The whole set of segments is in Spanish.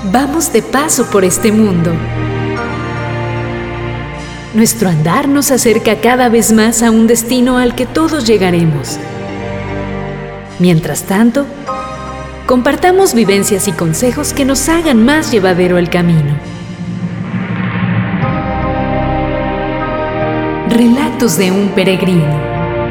Vamos de paso por este mundo. Nuestro andar nos acerca cada vez más a un destino al que todos llegaremos. Mientras tanto, compartamos vivencias y consejos que nos hagan más llevadero el camino. Relatos de un peregrino.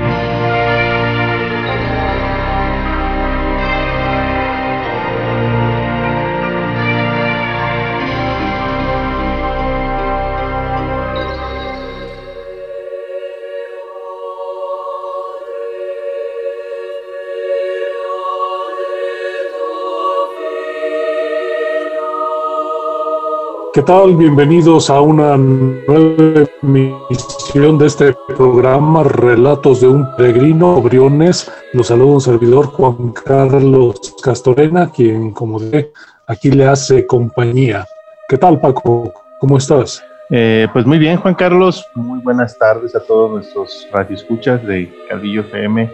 ¿Qué tal? Bienvenidos a una nueva emisión de este programa Relatos de un Peregrino, Briones. Los saluda un servidor, Juan Carlos Castorena, quien, como dije, aquí le hace compañía. ¿Qué tal, Paco? ¿Cómo estás? Pues muy bien, Juan Carlos. Muy buenas tardes a todos nuestros radioescuchas de Calvillo FM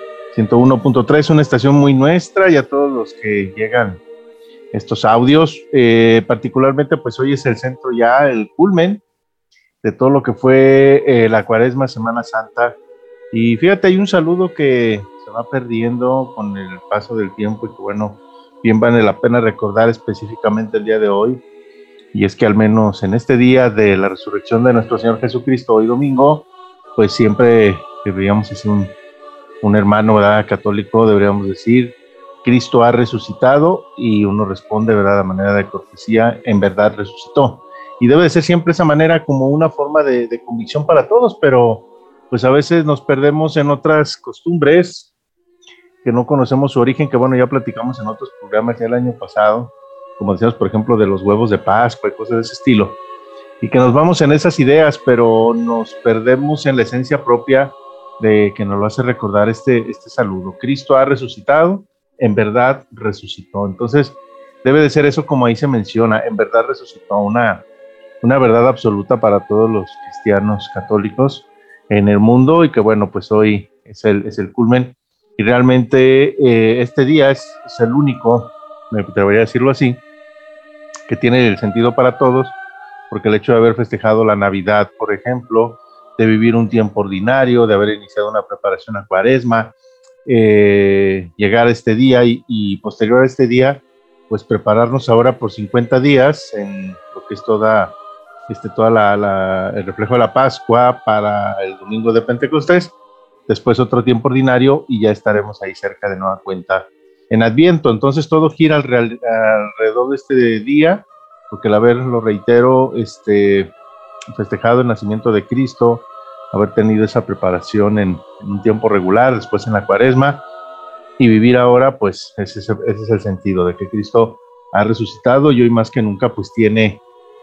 101.3, una estación muy nuestra, y a todos los que llegan estos audios, particularmente pues hoy es el centro ya, el culmen de todo lo que fue la Cuaresma, Semana Santa, y fíjate, hay un saludo que se va perdiendo con el paso del tiempo y que bueno, bien vale la pena recordar específicamente el día de hoy, y es que al menos en este día de la resurrección de nuestro Señor Jesucristo, hoy domingo, pues siempre deberíamos decir un hermano, ¿verdad?, católico, deberíamos decir: Cristo ha resucitado, y uno responde, ¿verdad?, de manera de cortesía: en verdad resucitó. Y debe de ser siempre esa manera, como una forma de convicción para todos, pero pues a veces nos perdemos en otras costumbres que no conocemos su origen, que bueno, ya platicamos en otros programas ya el año pasado, como decíamos, por ejemplo, de los huevos de Pascua y cosas de ese estilo, y que nos vamos en esas ideas, pero nos perdemos en la esencia propia de que nos lo hace recordar este saludo: Cristo ha resucitado, en verdad resucitó. Entonces debe de ser eso, como ahí se menciona, en verdad resucitó, una verdad absoluta para todos los cristianos católicos en el mundo, y que bueno, pues hoy es el culmen, y realmente este día es el único, me atrevería a decirlo así, que tiene el sentido para todos, porque el hecho de haber festejado la Navidad, por ejemplo, de vivir un tiempo ordinario, de haber iniciado una preparación a Cuaresma, llegar a este día y posterior a este día, pues prepararnos ahora por 50 días en lo que es toda el reflejo de la Pascua para el domingo de Pentecostés, después otro tiempo ordinario, y ya estaremos ahí cerca de nueva cuenta en Adviento. Entonces todo gira alrededor de este día, porque al haber, lo reitero, festejado el nacimiento de Cristo, haber tenido esa preparación en un tiempo regular, después en la Cuaresma, y vivir ahora, pues ese es el sentido de que Cristo ha resucitado, y hoy más que nunca pues tiene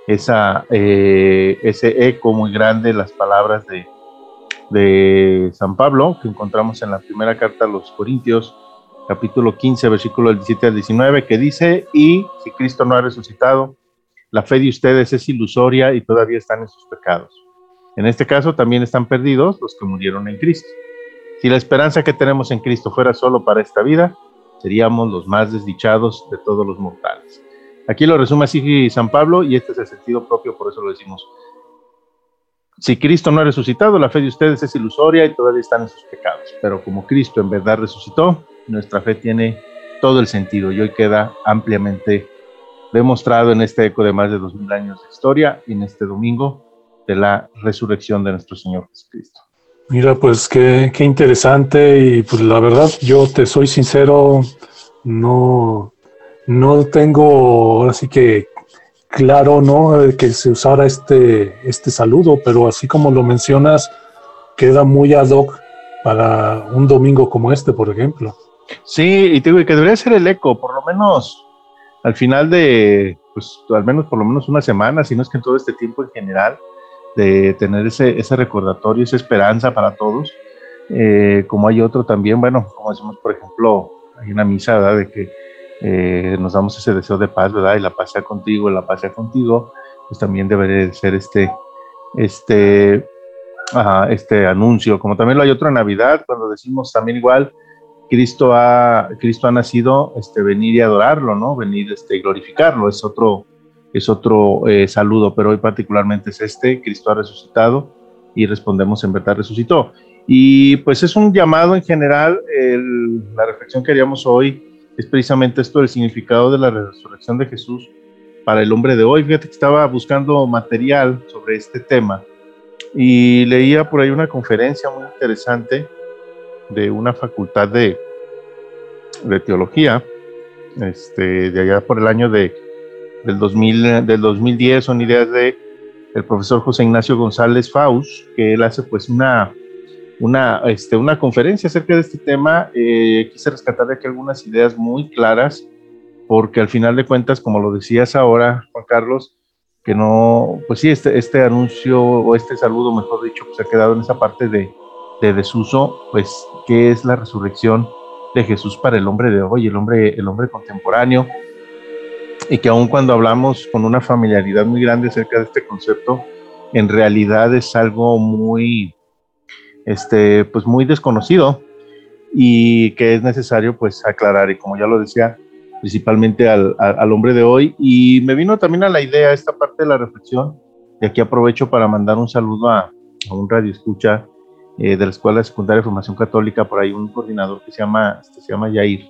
ese eco muy grande, las palabras de San Pablo, que encontramos en la primera carta a los Corintios, capítulo 15, versículo del 17 al 19, que dice: y si Cristo no ha resucitado, la fe de ustedes es ilusoria y todavía están en sus pecados. En este caso también están perdidos los que murieron en Cristo. Si la esperanza que tenemos en Cristo fuera solo para esta vida, seríamos los más desdichados de todos los mortales. Aquí lo resume así San Pablo, y este es el sentido propio, por eso lo decimos: si Cristo no ha resucitado, la fe de ustedes es ilusoria y todavía están en sus pecados. Pero como Cristo en verdad resucitó, nuestra fe tiene todo el sentido, y hoy queda ampliamente demostrado en este eco de más de 2000 años de historia, y en este domingo de la resurrección de nuestro Señor Jesucristo. Mira, pues qué interesante, y pues la verdad, yo te soy sincero, no tengo así que claro, ¿no?, que se usara este saludo, pero así como lo mencionas, queda muy ad hoc para un domingo como este, por ejemplo. Sí, y te digo que debería ser el eco, por lo menos al final de, pues al menos por lo menos una semana, si no es que en todo este tiempo en general, de tener ese recordatorio, esa esperanza para todos. Como hay otro también, bueno, como decimos, por ejemplo, hay una misa, ¿verdad?, de que nos damos ese deseo de paz, ¿verdad?, y la paz sea contigo, la paz sea contigo, pues también debería ser este anuncio, como también lo hay otro en Navidad, cuando decimos también igual: Cristo ha nacido, venir y adorarlo, ¿no? Venir, glorificarlo, es otro saludo, pero hoy particularmente es Cristo ha resucitado y respondemos en verdad resucitó. Y pues es un llamado en general, la reflexión que haríamos hoy es precisamente esto, el significado de la resurrección de Jesús para el hombre de hoy. Fíjate que estaba buscando material sobre este tema y leía por ahí una conferencia muy interesante de una facultad de teología, de allá por el año del 2010, son ideas de el profesor José Ignacio González Faust, que él hace pues una conferencia acerca de este tema. Quise rescatar de aquí algunas ideas muy claras, porque al final de cuentas, como lo decías ahora, Juan Carlos, que no, pues sí, este anuncio o este saludo, mejor dicho, pues ha quedado en esa parte de desuso. Pues, ¿qué es la resurrección de Jesús para el hombre de hoy, el hombre contemporáneo? Y que aun cuando hablamos con una familiaridad muy grande acerca de este concepto, en realidad es algo muy, pues muy desconocido, y que es necesario pues aclarar, y como ya lo decía, principalmente al hombre de hoy. Y me vino también a la idea esta parte de la reflexión, y aquí aprovecho para mandar un saludo a un radioescucha de la Escuela Secundaria de Formación Católica, por ahí un coordinador que se llama Yair.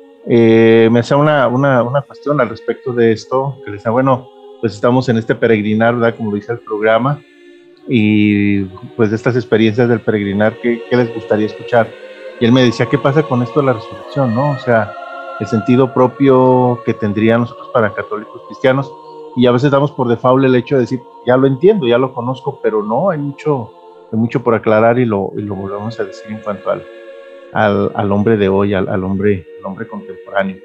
Me hacía una cuestión al respecto de esto, que le decía, bueno, pues estamos en este peregrinar, ¿verdad? Como dice el programa, y pues de estas experiencias del peregrinar, ¿qué les gustaría escuchar? Y él me decía, ¿qué pasa con esto de la resurrección, no? O sea, el sentido propio que tendría nosotros para católicos cristianos, y a veces damos por default el hecho de decir, ya lo entiendo, ya lo conozco, pero no, hay mucho por aclarar, y lo volvemos a decir en cuanto al hombre de hoy, al hombre contemporáneo.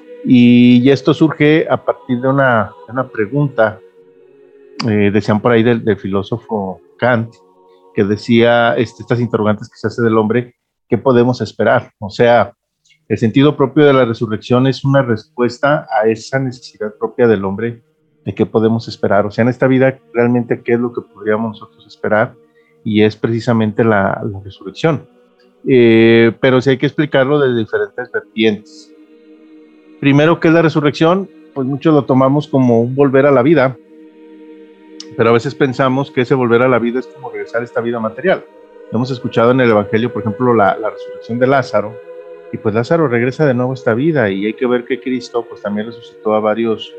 Y esto surge a partir de una pregunta, decían por ahí del filósofo Kant, que decía estas interrogantes que se hace del hombre, ¿qué podemos esperar? O sea, el sentido propio de la resurrección es una respuesta a esa necesidad propia del hombre de qué podemos esperar. O sea, en esta vida realmente qué es lo que podríamos nosotros esperar, y es precisamente la resurrección. Pero sí hay que explicarlo desde diferentes vertientes. Primero, ¿qué es la resurrección? Pues muchos lo tomamos como un volver a la vida, pero a veces pensamos que ese volver a la vida es como regresar a esta vida material. Hemos escuchado en el Evangelio, por ejemplo, la resurrección de Lázaro, y pues Lázaro regresa de nuevo a esta vida, y hay que ver que Cristo pues también resucitó a varios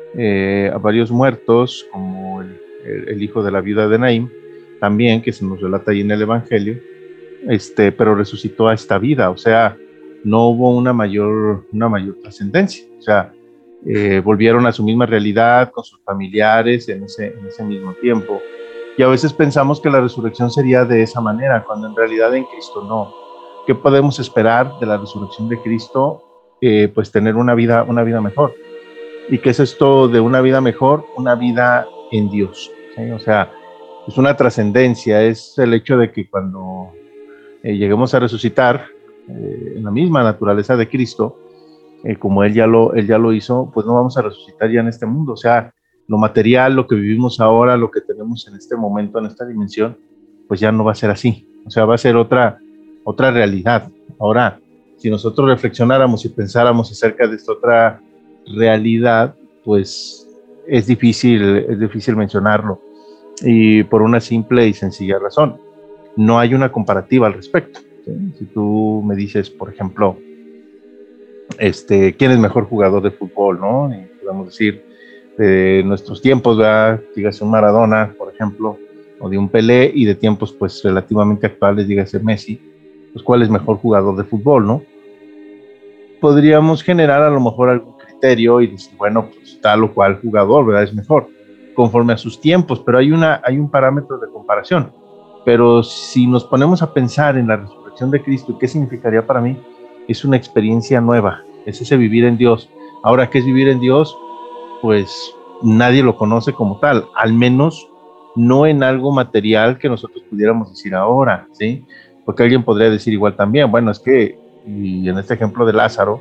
muertos, como el hijo de la viuda de Naín, también, que se nos relata ahí en el Evangelio, pero resucitó a esta vida. O sea, no hubo una mayor trascendencia. O sea, volvieron a su misma realidad con sus familiares en ese mismo tiempo. Y a veces pensamos que la resurrección sería de esa manera, cuando en realidad en Cristo no. ¿Qué podemos esperar de la resurrección de Cristo? Pues tener una vida mejor. ¿Y qué es esto de una vida mejor? Una vida en Dios, ¿sí? O sea, es una trascendencia, es el hecho de que cuando lleguemos a resucitar en la misma naturaleza de Cristo, como él ya lo hizo, pues no vamos a resucitar ya en este mundo. O sea, lo material, lo que vivimos ahora, lo que tenemos en este momento, en esta dimensión, pues ya no va a ser así. O sea, va a ser otra realidad. Ahora, si nosotros reflexionáramos y pensáramos acerca de esta otra realidad, pues es difícil mencionarlo, y por una simple y sencilla razón: no hay una comparativa al respecto, ¿sí? Si tú me dices, por ejemplo, quién es mejor jugador de fútbol, ¿no? Y podemos decir de nuestros tiempos, ¿verdad? Dígase un Maradona, por ejemplo, o de un Pelé, y de tiempos pues relativamente actuales, dígase Messi, pues ¿cuál es mejor jugador de fútbol, no? Podríamos generar a lo mejor algún criterio y decir, bueno, pues tal o cual jugador, ¿verdad? Es mejor, conforme a sus tiempos, pero hay un parámetro de comparación. Pero si nos ponemos a pensar en la resurrección de Cristo, ¿qué significaría para mí? Es una experiencia nueva, es ese vivir en Dios. Ahora, ¿qué es vivir en Dios? Pues nadie lo conoce como tal, al menos no en algo material que nosotros pudiéramos decir ahora, ¿sí? Porque alguien podría decir igual también, bueno, es que, y en este ejemplo de Lázaro,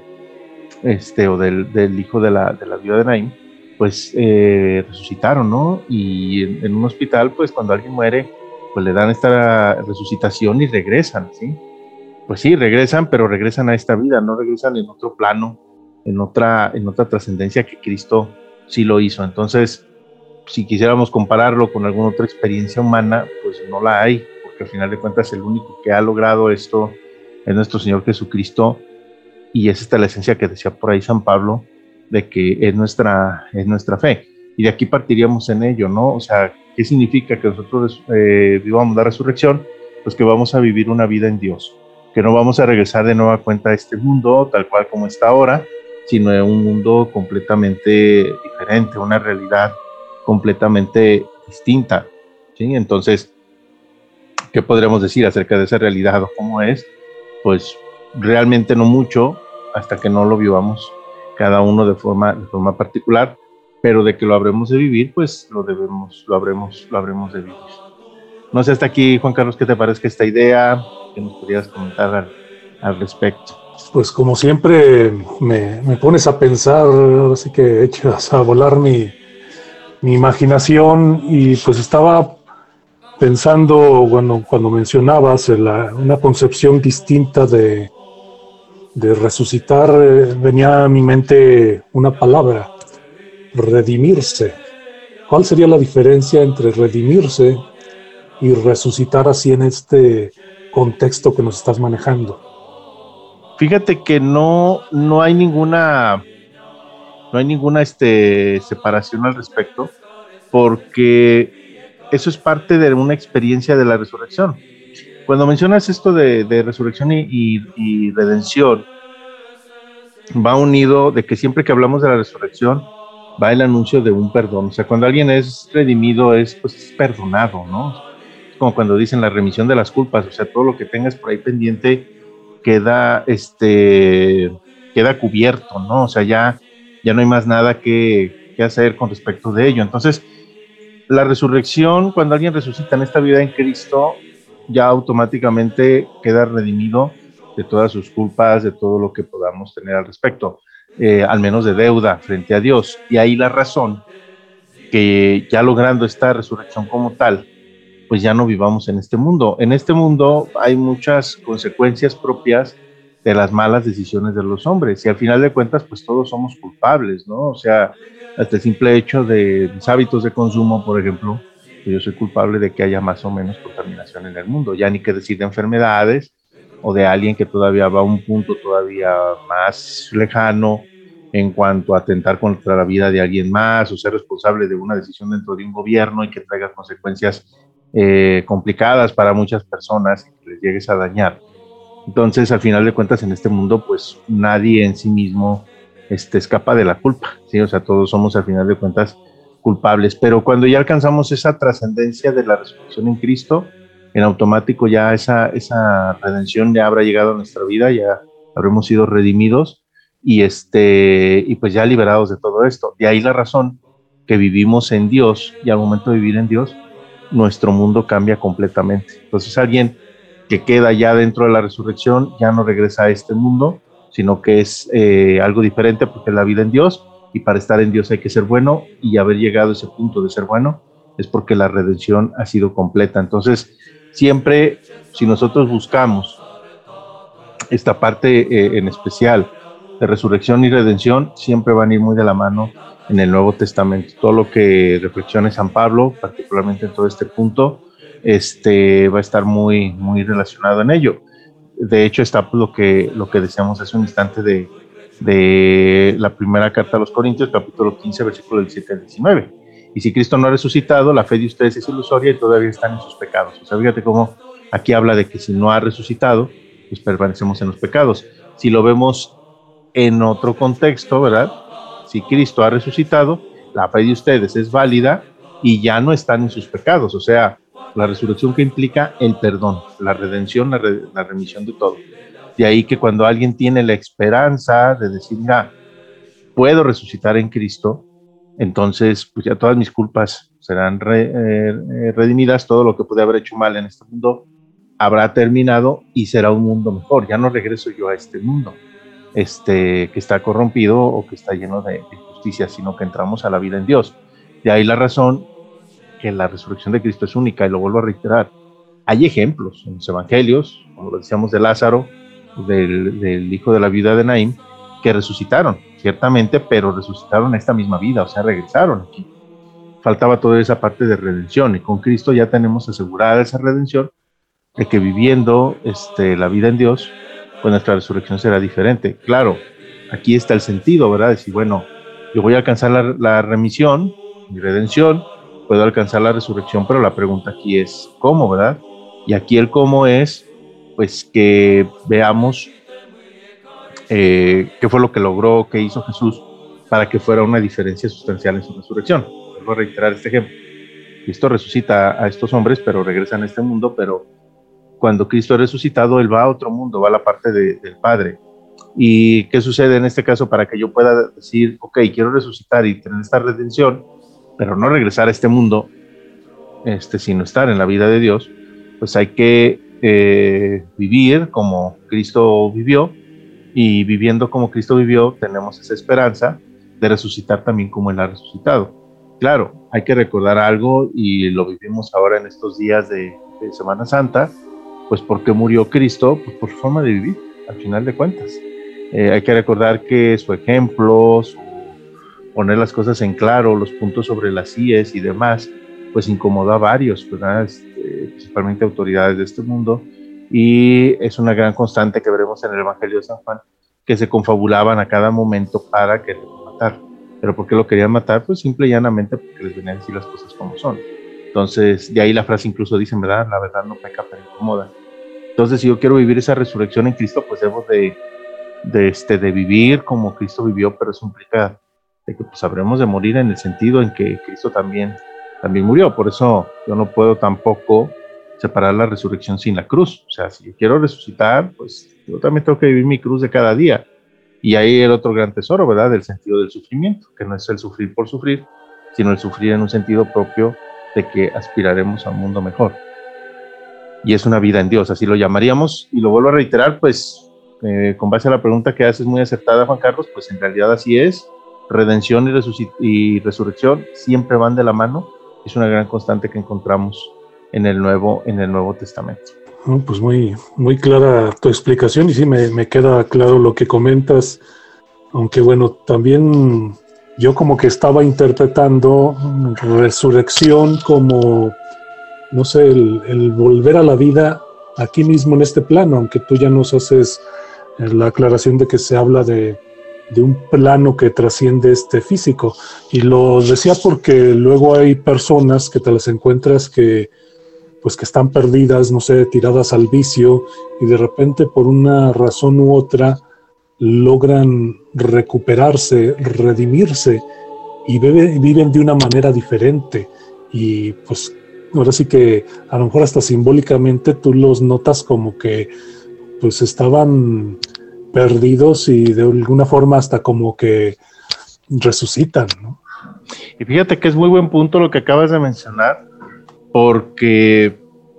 o del hijo de la viuda de Naín, pues resucitaron, ¿no? Y en un hospital, pues cuando alguien muere, pues le dan esta resucitación y regresan, ¿sí? pues sí, regresan, pero regresan a esta vida, no regresan en otro plano, en otra trascendencia que Cristo sí lo hizo. Entonces, si quisiéramos compararlo con alguna otra experiencia humana, pues no la hay, porque al final de cuentas el único que ha logrado esto es nuestro Señor Jesucristo, y es esta la esencia que decía por ahí San Pablo, de que es nuestra fe. Y de aquí partiríamos en ello, ¿no? O sea, ¿qué significa que nosotros vivamos la resurrección? Pues que vamos a vivir una vida en Dios, que no vamos a regresar de nueva cuenta a este mundo tal cual como está ahora, sino a un mundo completamente diferente, una realidad completamente distinta, ¿sí? Entonces, ¿qué podríamos decir acerca de esa realidad o cómo es? Pues realmente no mucho, hasta que no lo vivamos cada uno de forma particular, pero de que lo habremos de vivir, pues lo habremos de vivir. No sé hasta aquí, Juan Carlos, ¿qué te parece esta idea? ¿Qué nos podrías comentar al respecto? Pues como siempre me pones a pensar, así que echas a volar mi imaginación, y pues estaba pensando cuando mencionabas una concepción distinta de resucitar, venía a mi mente una palabra: redimirse. ¿Cuál sería la diferencia entre redimirse y resucitar así en este contexto que nos estás manejando? Fíjate que no hay ninguna separación al respecto, porque eso es parte de una experiencia de la resurrección. Cuando mencionas esto de resurrección y redención, va unido de que siempre que hablamos de la resurrección, va el anuncio de un perdón. O sea, cuando alguien es redimido, pues, es perdonado, ¿no? Es como cuando dicen la remisión de las culpas. O sea, todo lo que tengas por ahí pendiente queda, queda cubierto, ¿no? O sea, ya no hay más nada que hacer con respecto de ello. Entonces, la resurrección, cuando alguien resucita en esta vida en Cristo, ya automáticamente queda redimido de todas sus culpas, de todo lo que podamos tener al respecto, al menos de deuda frente a Dios. Y ahí la razón que ya logrando esta resurrección como tal, pues ya no vivamos en este mundo. En este mundo hay muchas consecuencias propias de las malas decisiones de los hombres, y al final de cuentas, pues todos somos culpables, ¿no? O sea, hasta el simple hecho de mis hábitos de consumo, por ejemplo, pues yo soy culpable de que haya más o menos contaminación en el mundo, ya ni que decir de enfermedades, o de alguien que todavía va a un punto todavía más lejano en cuanto a atentar contra la vida de alguien más, o ser responsable de una decisión dentro de un gobierno y que traiga consecuencias complicadas para muchas personas, que les llegues a dañar. Entonces, al final de cuentas, en este mundo, pues nadie en sí mismo escapa de la culpa, ¿sí? O sea, todos somos al final de cuentas culpables, pero cuando ya alcanzamos esa trascendencia de la resurrección en Cristo, en automático ya esa redención ya habrá llegado a nuestra vida, ya habremos sido redimidos y pues ya liberados de todo esto. De ahí la razón que vivimos en Dios, y al momento de vivir en Dios, nuestro mundo cambia completamente. Entonces alguien que queda ya dentro de la resurrección ya no regresa a este mundo, sino que es algo diferente, porque es la vida en Dios, y para estar en Dios hay que ser bueno, y haber llegado a ese punto de ser bueno es porque la redención ha sido completa. Entonces, siempre, si nosotros buscamos esta parte en especial de resurrección y redención, siempre van a ir muy de la mano en el Nuevo Testamento. Todo lo que reflexione San Pablo, particularmente en todo este punto, va a estar muy, muy relacionado en ello. De hecho, está lo que decíamos hace un instante de la primera carta a los Corintios, capítulo 15, versículo del 7 al 19. Y si Cristo no ha resucitado, la fe de ustedes es ilusoria y todavía están en sus pecados. O sea, fíjate cómo aquí habla de que si no ha resucitado, pues permanecemos en los pecados. Si lo vemos en otro contexto, ¿verdad? Si Cristo ha resucitado, la fe de ustedes es válida y ya no están en sus pecados. O sea, la resurrección que implica el perdón, la redención, la remisión de todo. De ahí que cuando alguien tiene la esperanza de decir, mira, puedo resucitar en Cristo, entonces pues ya todas mis culpas serán redimidas, todo lo que pude haber hecho mal en este mundo habrá terminado y será un mundo mejor. Ya no regreso yo a este mundo que está corrompido o que está lleno de injusticia, sino que entramos a la vida en Dios. De ahí la razón que la resurrección de Cristo es única, y lo vuelvo a reiterar. Hay ejemplos en los evangelios, como lo decíamos de Lázaro, del hijo de la viuda de Naín, que resucitaron, ciertamente, pero resucitaron esta misma vida, o sea, regresaron aquí. Faltaba toda esa parte de redención, y con Cristo ya tenemos asegurada esa redención, de que viviendo la vida en Dios, pues nuestra resurrección será diferente. Claro, aquí está el sentido, ¿verdad? Decir, bueno, yo voy a alcanzar la remisión, mi redención, puedo alcanzar la resurrección, pero la pregunta aquí es, ¿cómo, verdad? Y aquí el cómo es, pues, que veamos qué fue lo que logró, qué hizo Jesús para que fuera una diferencia sustancial en su resurrección. Vuelvo a reiterar este ejemplo. Cristo resucita a estos hombres, pero regresan a este mundo, pero cuando Cristo es resucitado, Él va a otro mundo, va a la parte del Padre. ¿Y qué sucede en este caso para que yo pueda decir, ok, quiero resucitar y tener esta redención, pero no regresar a este mundo, sino estar en la vida de Dios? Pues hay que vivir como Cristo vivió, y viviendo como Cristo vivió, tenemos esa esperanza de resucitar también como Él ha resucitado. Claro, hay que recordar algo, y lo vivimos ahora en estos días de Semana Santa. Pues ¿por qué murió Cristo? Pues por su forma de vivir, al final de cuentas. Hay que recordar que su ejemplo, poner las cosas en claro, los puntos sobre las IES y demás, pues incomodó a varios, ¿verdad? Principalmente autoridades de este mundo, y es una gran constante que veremos en el Evangelio de San Juan, que se confabulaban a cada momento para quererlo matar. ¿Pero por qué lo querían matar? Pues simple y llanamente porque les venían a decir las cosas como son. Entonces, de ahí la frase incluso dicen, ¿verdad? La verdad no peca, pero incomoda. Entonces, si yo quiero vivir esa resurrección en Cristo, pues debo de vivir como Cristo vivió, pero eso implica de que pues habremos de morir en el sentido en que Cristo también murió. Por eso yo no puedo tampoco separar la resurrección sin la cruz. O sea, si yo quiero resucitar, pues yo también tengo que vivir mi cruz de cada día. Y ahí el otro gran tesoro, ¿verdad? Del sentido del sufrimiento, que no es el sufrir por sufrir, sino el sufrir en un sentido propio de que aspiraremos a un mundo mejor. Y es una vida en Dios, así lo llamaríamos. Y lo vuelvo a reiterar, pues, con base a la pregunta que haces muy acertada, Juan Carlos, pues en realidad así es. Redención y resurrección siempre van de la mano. Es una gran constante que encontramos en el Nuevo Testamento. Pues muy, muy clara tu explicación, y sí me queda claro lo que comentas, aunque bueno, también yo como que estaba interpretando resurrección como, no sé, el volver a la vida aquí mismo en este plano, aunque tú ya nos haces la aclaración de que se habla de un plano que trasciende este físico. Y lo decía porque luego hay personas que te las encuentras que pues que están perdidas, no sé, tiradas al vicio, y de repente por una razón u otra logran recuperarse, redimirse, y viven de una manera diferente. Y pues ahora sí que a lo mejor hasta simbólicamente tú los notas como que pues estaban perdidos, y de alguna forma hasta como que resucitan, ¿no? Y fíjate que es muy buen punto lo que acabas de mencionar, porque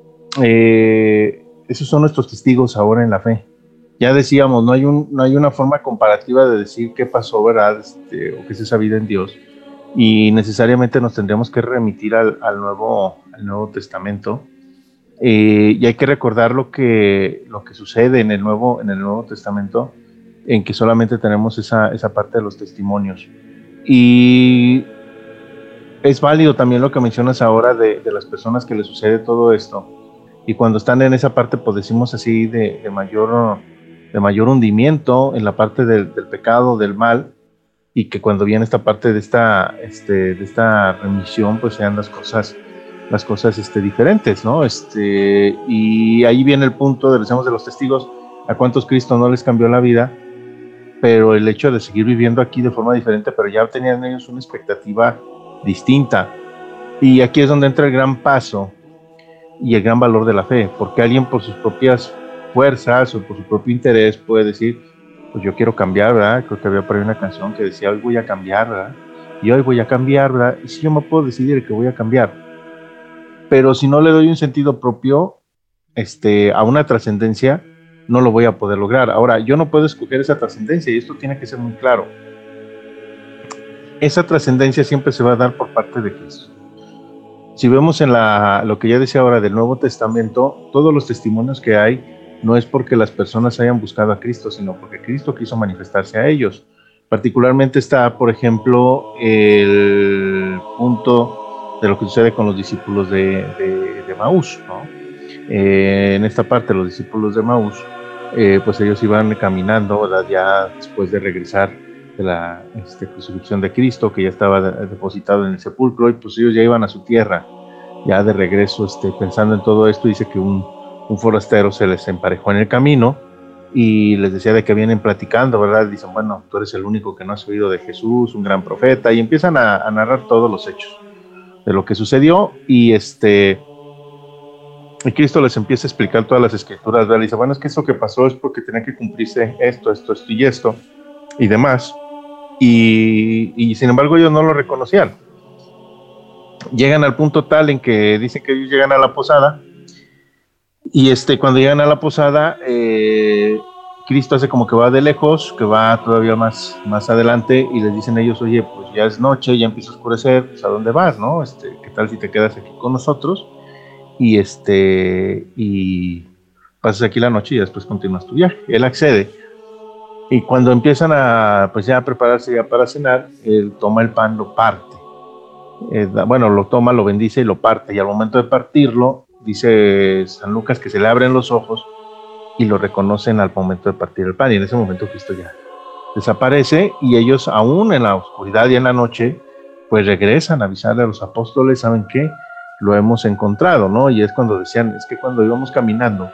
esos son nuestros testigos ahora en la fe. Ya decíamos, no hay una forma comparativa de decir qué pasó, ¿verdad? O qué es esa vida en Dios, y necesariamente nos tendríamos que remitir al Nuevo Testamento, y hay que recordar lo que sucede en el Nuevo Testamento, en que solamente tenemos esa parte de los testimonios. Y es válido también lo que mencionas ahora de las personas que les sucede todo esto, y cuando están en esa parte, pues decimos así, de mayor hundimiento en la parte del pecado, del mal, y que cuando viene esta parte de esta remisión, pues sean las cosas diferentes, ¿no? Y ahí viene el punto, decíamos, de los testigos. ¿A cuántos Cristo no les cambió la vida? Pero el hecho de seguir viviendo aquí de forma diferente, pero ya tenían ellos una expectativa distinta. Y aquí es donde entra el gran paso y el gran valor de la fe, porque alguien por sus propias fuerzas o por su propio interés puede decir, pues yo quiero cambiar, ¿verdad? Creo que había por ahí una canción que decía, hoy voy a cambiar, ¿verdad? Y hoy voy a cambiar, ¿verdad? Y si yo me puedo decidir que voy a cambiar, pero si no le doy un sentido propio a una trascendencia, no lo voy a poder lograr. Ahora, yo no puedo escoger esa trascendencia, y esto tiene que ser muy claro. Esa trascendencia siempre se va a dar por parte de Cristo. Si vemos en lo que ya decía ahora del Nuevo Testamento, todos los testimonios que hay no es porque las personas hayan buscado a Cristo, sino porque Cristo quiso manifestarse a ellos. Particularmente está, por ejemplo, el punto de lo que sucede con los discípulos de Maús, ¿no? En esta parte, los discípulos de Maús, pues ellos iban caminando, ¿verdad? Ya después de regresar de la crucifixión de Cristo, que ya estaba depositado en el sepulcro, y pues ellos ya iban a su tierra, ya de regreso, pensando en todo esto. Dice que un forastero se les emparejó en el camino y les decía de que vienen platicando, ¿verdad? Dicen, bueno, tú eres el único que no has oído de Jesús, un gran profeta, y empiezan a narrar todos los hechos de lo que sucedió, y Cristo les empieza a explicar todas las escrituras, ¿verdad? Y dice, bueno, es que eso que pasó es porque tenía que cumplirse esto y demás, y sin embargo ellos no lo reconocían. Llegan al punto tal en que dicen que ellos llegan a la posada, y cuando llegan a la posada, Cristo hace como que va de lejos, que va todavía más adelante, y les dicen ellos, oye, pues ya es noche, ya empieza a oscurecer, pues ¿a dónde vas, no? ¿Qué tal si te quedas aquí con nosotros? Y y pasas aquí la noche y después continúas tu viaje. Él accede, y cuando empiezan a prepararse ya para cenar, él toma el pan, lo parte, lo toma, lo bendice y lo parte, y al momento de partirlo, dice San Lucas que se le abren los ojos y lo reconocen al momento de partir el pan, y en ese momento Cristo ya desaparece, y ellos, aún en la oscuridad y en la noche, pues regresan a avisarle a los apóstoles, ¿saben qué? Lo hemos encontrado, ¿no? Y es cuando decían, es que cuando íbamos caminando,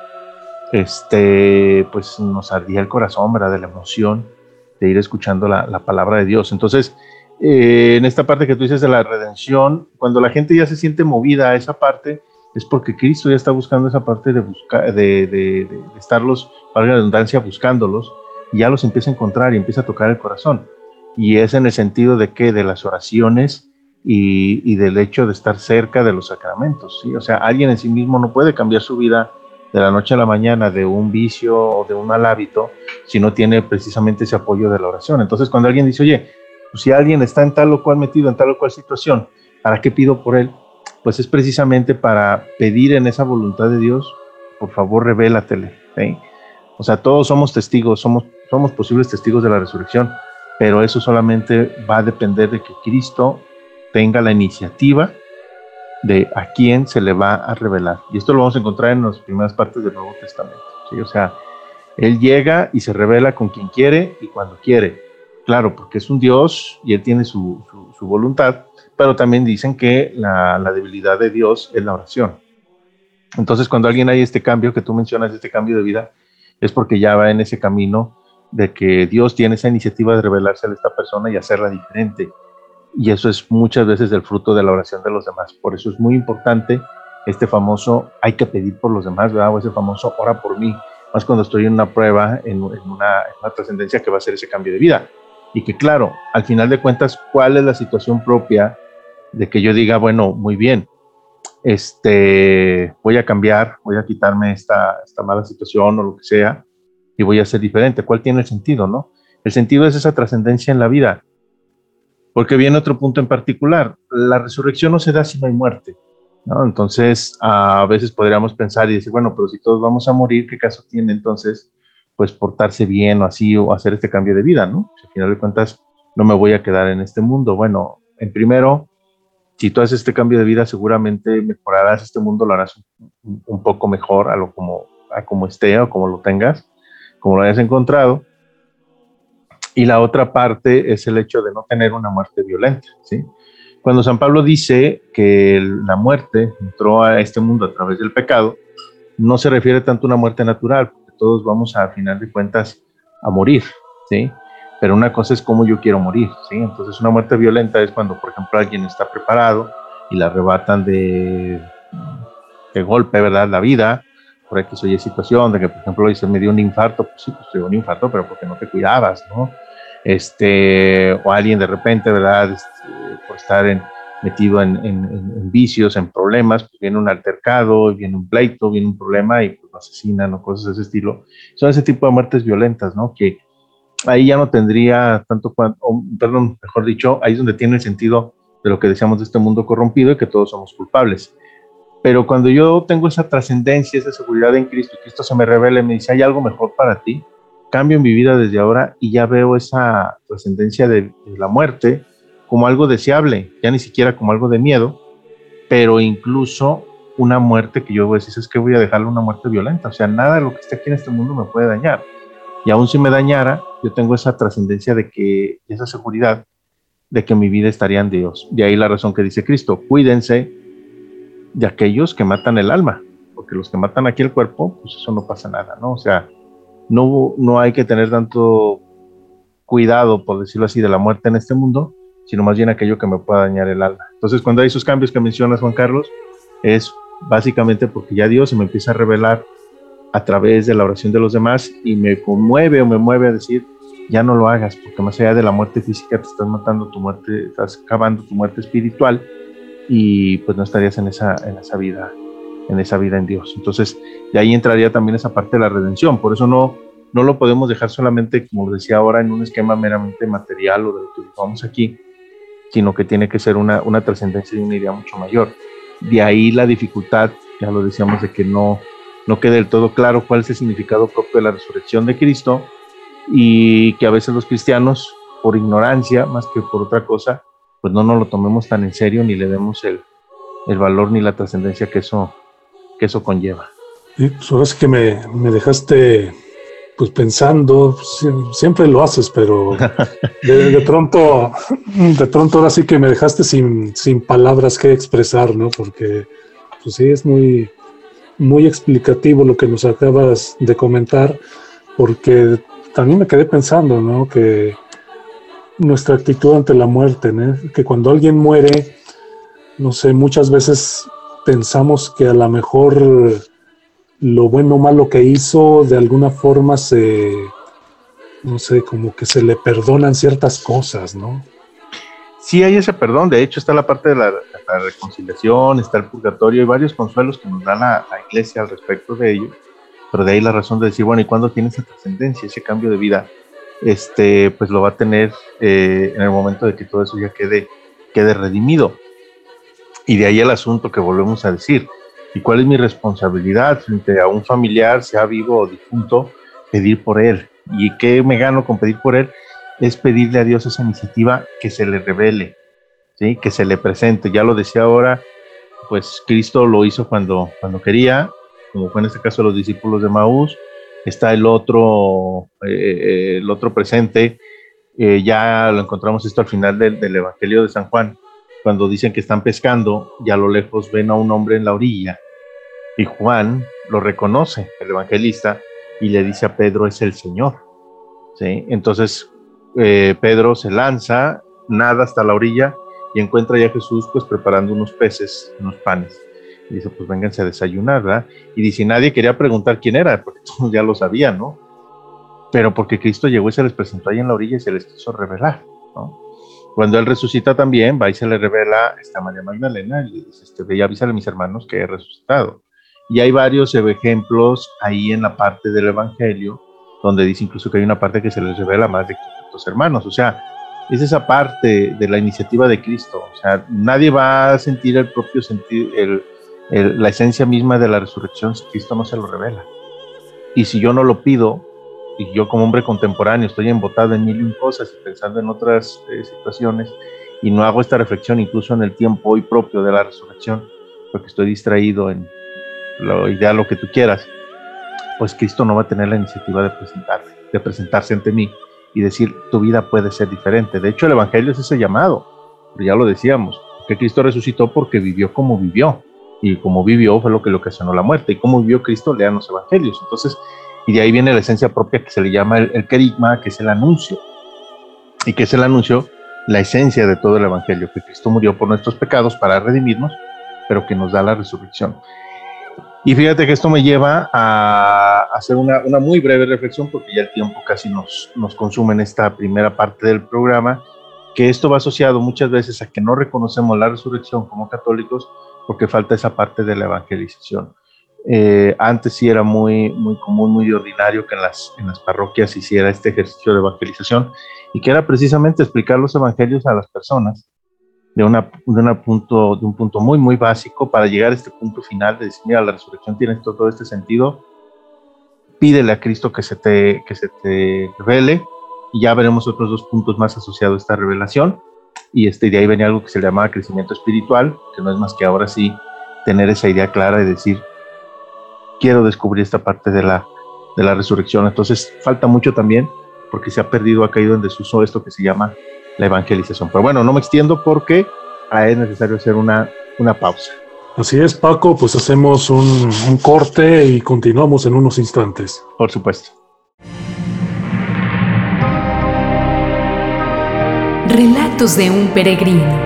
pues nos ardía el corazón, ¿verdad? De la emoción de ir escuchando la palabra de Dios. Entonces, en esta parte que tú dices de la redención, cuando la gente ya se siente movida a esa parte, es porque Cristo ya está buscando esa parte de buscar, de estarlos, para la redundancia, buscándolos, y ya los empieza a encontrar y empieza a tocar el corazón. Y es en el sentido de que de las oraciones y del hecho de estar cerca de los sacramentos, ¿sí? O sea, alguien en sí mismo no puede cambiar su vida de la noche a la mañana de un vicio o de un mal hábito si no tiene precisamente ese apoyo de la oración. Entonces, cuando alguien dice, oye, pues si alguien está en tal o cual metido en tal o cual situación, ¿para qué pido por él? Pues es precisamente para pedir en esa voluntad de Dios, por favor, revélatele, ¿sí? O sea, todos somos testigos, somos posibles testigos de la resurrección, pero eso solamente va a depender de que Cristo tenga la iniciativa de a quién se le va a revelar. Y esto lo vamos a encontrar en las primeras partes del Nuevo Testamento, ¿sí? O sea, Él llega y se revela con quien quiere y cuando quiere. Claro, porque es un Dios y Él tiene su voluntad, pero también dicen que la debilidad de Dios es la oración. Entonces, cuando alguien hay este cambio que tú mencionas, este cambio de vida, es porque ya va en ese camino de que Dios tiene esa iniciativa de revelarse a esta persona y hacerla diferente. Y eso es muchas veces el fruto de la oración de los demás. Por eso es muy importante este famoso hay que pedir por los demás, ¿verdad? O ese famoso ora por mí, más cuando estoy en una prueba, en una trascendencia que va a ser ese cambio de vida. Y que claro, al final de cuentas, ¿cuál es la situación propia de que yo diga, bueno, muy bien, voy a cambiar, voy a quitarme esta mala situación o lo que sea, y voy a ser diferente? ¿Cuál tiene el sentido, no? El sentido es esa trascendencia en la vida. Porque viene otro punto en particular, la resurrección no se da si no hay muerte, ¿no? Entonces, a veces podríamos pensar y decir, bueno, pero si todos vamos a morir, ¿qué caso tiene entonces, pues, portarse bien o así, o hacer este cambio de vida, ¿no? Si al final de cuentas no me voy a quedar en este mundo. Bueno, en primero, si tú haces este cambio de vida, seguramente mejorarás este mundo, lo harás un poco mejor a como esté o como lo tengas, como lo hayas encontrado. Y la otra parte es el hecho de no tener una muerte violenta, ¿sí? Cuando San Pablo dice que la muerte entró a este mundo a través del pecado, no se refiere tanto a una muerte natural, porque todos vamos a final de cuentas a morir, ¿sí? Pero una cosa es cómo yo quiero morir, ¿sí? Entonces una muerte violenta es cuando, por ejemplo, alguien está preparado y le arrebatan de golpe, ¿verdad?, la vida, por X o Y situación, de que, por ejemplo, dice, me dio un infarto. Pues sí, pues te dio un infarto, pero porque no te cuidabas, ¿no? O alguien de repente, ¿verdad?, por estar metido en vicios, en problemas, pues viene un altercado, viene un pleito, viene un problema y pues lo asesinan o cosas de ese estilo. Son ese tipo de muertes violentas, ¿no? Que ahí ya no tendría tanto, mejor dicho, ahí es donde tiene el sentido de lo que decíamos de este mundo corrompido y que todos somos culpables. Pero cuando yo tengo esa trascendencia, esa seguridad en Cristo, y Cristo se me revela y me dice, hay algo mejor para ti, cambio mi vida desde ahora y ya veo esa trascendencia de la muerte como algo deseable, ya ni siquiera como algo de miedo, pero incluso una muerte que yo voy a decir, es que voy a dejarle una muerte violenta, o sea, nada de lo que esté aquí en este mundo me puede dañar. Y aún si me dañara, yo tengo esa trascendencia de que, esa seguridad de que mi vida estaría en Dios. De ahí la razón que dice Cristo, cuídense de aquellos que matan el alma, porque los que matan aquí el cuerpo, pues eso no pasa nada, ¿no? O sea, no hay que tener tanto cuidado, por decirlo así, de la muerte en este mundo, sino más bien aquello que me pueda dañar el alma. Entonces, cuando hay esos cambios que mencionas, Juan Carlos, es básicamente porque ya Dios se me empieza a revelar a través de la oración de los demás y me conmueve o me mueve a decir, ya no lo hagas, porque más allá de la muerte física te estás matando tu muerte, estás acabando tu muerte espiritual y pues no estarías en esa vida en Dios. Entonces, de ahí entraría también esa parte de la redención. Por eso no lo podemos dejar solamente, como decía ahora, en un esquema meramente material o de lo que vamos aquí, sino que tiene que ser una trascendencia y una idea mucho mayor. De ahí la dificultad, ya lo decíamos, de que no quede del todo claro cuál es el significado propio de la resurrección de Cristo y que a veces los cristianos, por ignorancia, más que por otra cosa, pues no nos lo tomemos tan en serio ni le demos el valor ni la trascendencia que eso conlleva. Sí, pues ahora sí que me dejaste pues pensando, siempre lo haces, pero de pronto ahora sí que me dejaste sin palabras que expresar, ¿no? Porque pues sí, es muy, muy explicativo lo que nos acabas de comentar, porque también me quedé pensando, ¿no? Que nuestra actitud ante la muerte, ¿no? Que cuando alguien muere, no sé, muchas veces pensamos que a lo mejor lo bueno o malo que hizo, de alguna forma no sé, como que se le perdonan ciertas cosas, ¿no? Sí hay ese perdón, de hecho está la parte de la reconciliación, está el purgatorio, hay varios consuelos que nos da la iglesia al respecto de ello, pero de ahí la razón de decir, bueno, ¿y cuándo tiene esa trascendencia, ese cambio de vida? Pues lo va a tener en el momento de que todo eso ya quede redimido. Y de ahí el asunto que volvemos a decir, ¿y cuál es mi responsabilidad frente a un familiar, sea vivo o difunto, pedir por él? ¿Y qué me gano con pedir por él? Es pedirle a Dios esa iniciativa que se le revele, ¿sí? Que se le presente. Ya lo decía ahora, pues Cristo lo hizo cuando quería, como fue en este caso los discípulos de Maús. Está el otro presente, ya lo encontramos esto al final del Evangelio de San Juan, cuando dicen que están pescando y a lo lejos ven a un hombre en la orilla y Juan lo reconoce, el evangelista, y le dice a Pedro, es el Señor, ¿sí? Entonces Pedro se lanza, nada hasta la orilla y encuentra ya a Jesús pues preparando unos peces, unos panes. Y dice, pues vénganse a desayunar, ¿verdad? Y dice, nadie quería preguntar quién era, porque todos ya lo sabían, ¿no? Pero porque Cristo llegó y se les presentó ahí en la orilla y se les quiso revelar, ¿no? Cuando él resucita también, va y se le revela a María Magdalena y le dice, ve y avísale a mis hermanos que he resucitado. Y hay varios ejemplos ahí en la parte del Evangelio, donde dice incluso que hay una parte que se les revela a más de 500 hermanos. O sea, es esa parte de la iniciativa de Cristo. O sea, nadie va a sentir el propio sentido, la esencia misma de la resurrección si Cristo no se lo revela. Y si yo no lo pido, y yo como hombre contemporáneo estoy embotado en mil y un cosas y pensando en otras situaciones y no hago esta reflexión incluso en el tiempo hoy propio de la resurrección, porque estoy distraído en lo ideal, lo que tú quieras, pues Cristo no va a tener la iniciativa de presentarse ante mí y decir, tu vida puede ser diferente. De hecho, el Evangelio es ese llamado, pero ya lo decíamos, que Cristo resucitó porque vivió como vivió, y como vivió fue lo que le ocasionó la muerte, y como vivió Cristo, lean los Evangelios. Entonces, y de ahí viene la esencia propia que se le llama el querigma, que es el anuncio, y que es el anuncio, la esencia de todo el Evangelio, que Cristo murió por nuestros pecados para redimirnos, pero que nos da la resurrección. Y fíjate que esto me lleva a hacer una muy breve reflexión, porque ya el tiempo casi nos consume en esta primera parte del programa, que esto va asociado muchas veces a que no reconocemos la resurrección como católicos, porque falta esa parte de la evangelización. Antes sí era muy, muy común, muy ordinario que en las parroquias se hiciera este ejercicio de evangelización, y que era precisamente explicar los evangelios a las personas, de un punto muy, muy básico para llegar a este punto final de decir, mira, la resurrección tiene todo este sentido. Pídele a Cristo que se te revele, y ya veremos otros 2 puntos más asociados a esta revelación. Y de ahí venía algo que se llamaba crecimiento espiritual, que no es más que ahora sí tener esa idea clara y decir, quiero descubrir esta parte de la resurrección. Entonces falta mucho también, porque se ha perdido, ha caído en desuso esto que se llama la evangelización. Pero bueno, no me extiendo porque es necesario hacer una pausa. Así es, Paco, pues hacemos un corte y continuamos en unos instantes. Por supuesto. Relatos de un peregrino.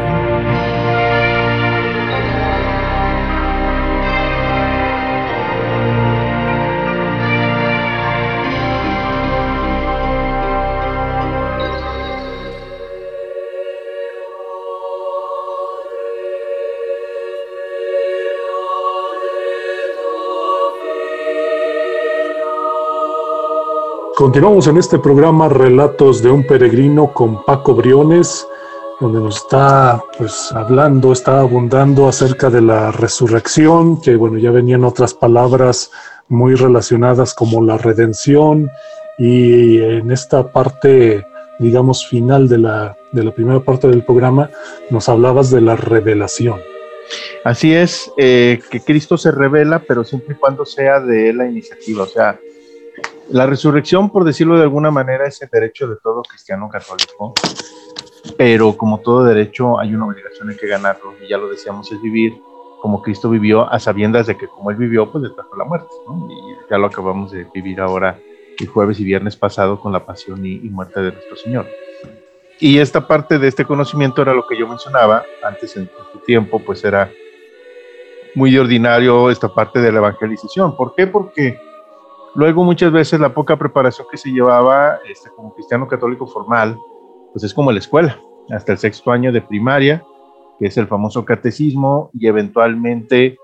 Continuamos en este programa Relatos de un Peregrino con Paco Briones, donde nos está está abundando acerca de la resurrección, que bueno, ya venían otras palabras muy relacionadas como la redención, y en esta parte, digamos, final de la primera parte del programa, nos hablabas de la revelación. Así es, que Cristo se revela, pero siempre y cuando sea de él la iniciativa, o sea, la resurrección, por decirlo de alguna manera, es el derecho de todo cristiano católico, pero como todo derecho hay una obligación, hay que ganarlo, y ya lo decíamos, es vivir como Cristo vivió, a sabiendas de que como él vivió, pues le trajo la muerte, ¿no? Y ya lo acabamos de vivir ahora el jueves y viernes pasado con la pasión y muerte de nuestro Señor. Y esta parte de este conocimiento era lo que yo mencionaba antes en tu tiempo, pues era muy ordinario esta parte de la evangelización. ¿Por qué? Porque luego muchas veces la poca preparación que se llevaba como cristiano católico formal, pues es como la escuela, hasta el 6º año de primaria, que es el famoso catecismo, y eventualmente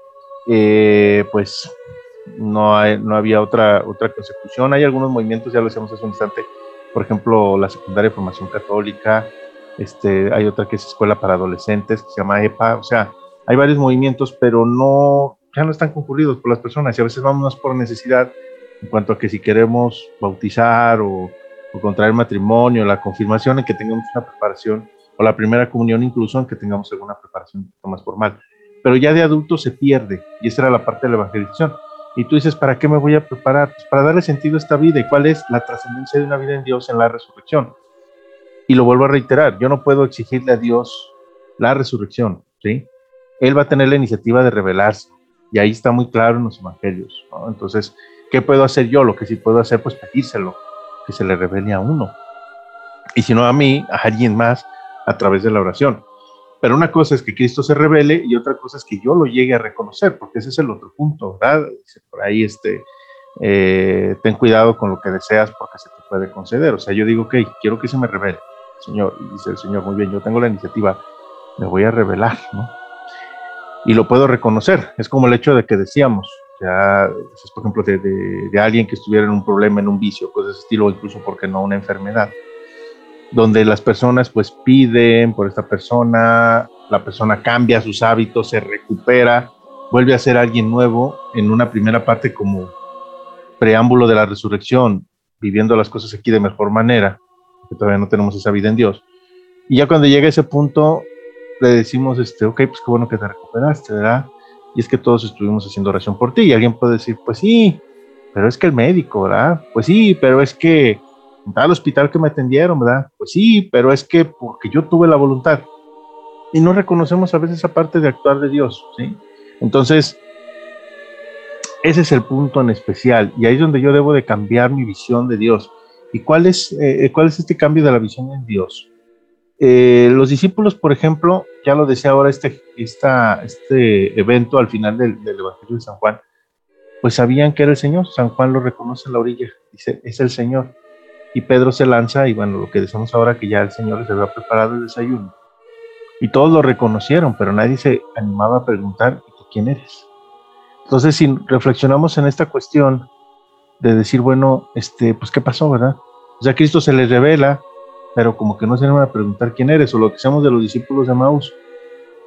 pues no había otra consecución. Hay algunos movimientos, ya lo decíamos hace un instante, por ejemplo la secundaria de formación católica, hay otra que es escuela para adolescentes, que se llama EPA, o sea, hay varios movimientos, pero ya no están concurridos por las personas, y a veces vamos por necesidad, en cuanto a que si queremos bautizar o contraer matrimonio, la confirmación, en que tengamos una preparación, o la primera comunión incluso, en que tengamos alguna preparación un poquito más formal. Pero ya de adulto se pierde, y esa era la parte de la evangelización. Y tú dices, ¿para qué me voy a preparar? Pues para darle sentido a esta vida. ¿Y cuál es la trascendencia de una vida en Dios en la resurrección? Y lo vuelvo a reiterar, yo no puedo exigirle a Dios la resurrección, ¿sí? Él va a tener la iniciativa de revelarse, y ahí está muy claro en los evangelios, ¿no? Entonces, ¿qué puedo hacer yo? Lo que sí puedo hacer, pues pedírselo, que se le revele a uno. Y si no a mí, a alguien más, a través de la oración. Pero una cosa es que Cristo se revele, y otra cosa es que yo lo llegue a reconocer, porque ese es el otro punto, ¿verdad? Dice por ahí, ten cuidado con lo que deseas, porque se te puede conceder. O sea, yo digo, ok, quiero que se me revele, Señor. Y dice el Señor, muy bien, yo tengo la iniciativa, me voy a revelar, ¿no? Y lo puedo reconocer. Es como el hecho de que decíamos, ya, por ejemplo, de alguien que estuviera en un problema, en un vicio, pues de ese estilo, incluso, ¿porque no?, una enfermedad, donde las personas pues piden por esta persona, la persona cambia sus hábitos, se recupera, vuelve a ser alguien nuevo, en una primera parte como preámbulo de la resurrección, viviendo las cosas aquí de mejor manera, que todavía no tenemos esa vida en Dios. Y ya cuando llega ese punto, le decimos, ok, pues qué bueno que te recuperaste, ¿verdad? Y es que todos estuvimos haciendo oración por ti. Y alguien puede decir, pues sí, pero es que el médico, ¿verdad? Pues sí, pero es que al hospital que me atendieron, ¿verdad? Pues sí, pero es que porque yo tuve la voluntad. Y no reconocemos a veces esa parte de actuar de Dios, ¿sí? Entonces, ese es el punto en especial, y ahí es donde yo debo de cambiar mi visión de Dios. ¿Y cuál es este cambio de la visión en Dios? Los discípulos, por ejemplo, ya lo decía ahora este evento al final del Evangelio de San Juan, pues sabían que era el Señor. San Juan lo reconoce en la orilla, dice, es el Señor. Y Pedro se lanza, y bueno, lo que decimos ahora, que ya el Señor les había preparado el desayuno. Y todos lo reconocieron, pero nadie se animaba a preguntar, ¿y tú quién eres? Entonces, si reflexionamos en esta cuestión de decir, bueno, pues ¿qué pasó, verdad? O sea, Cristo se les revela, pero como que no se animan a preguntar quién eres, o lo que seamos de los discípulos de Emaús.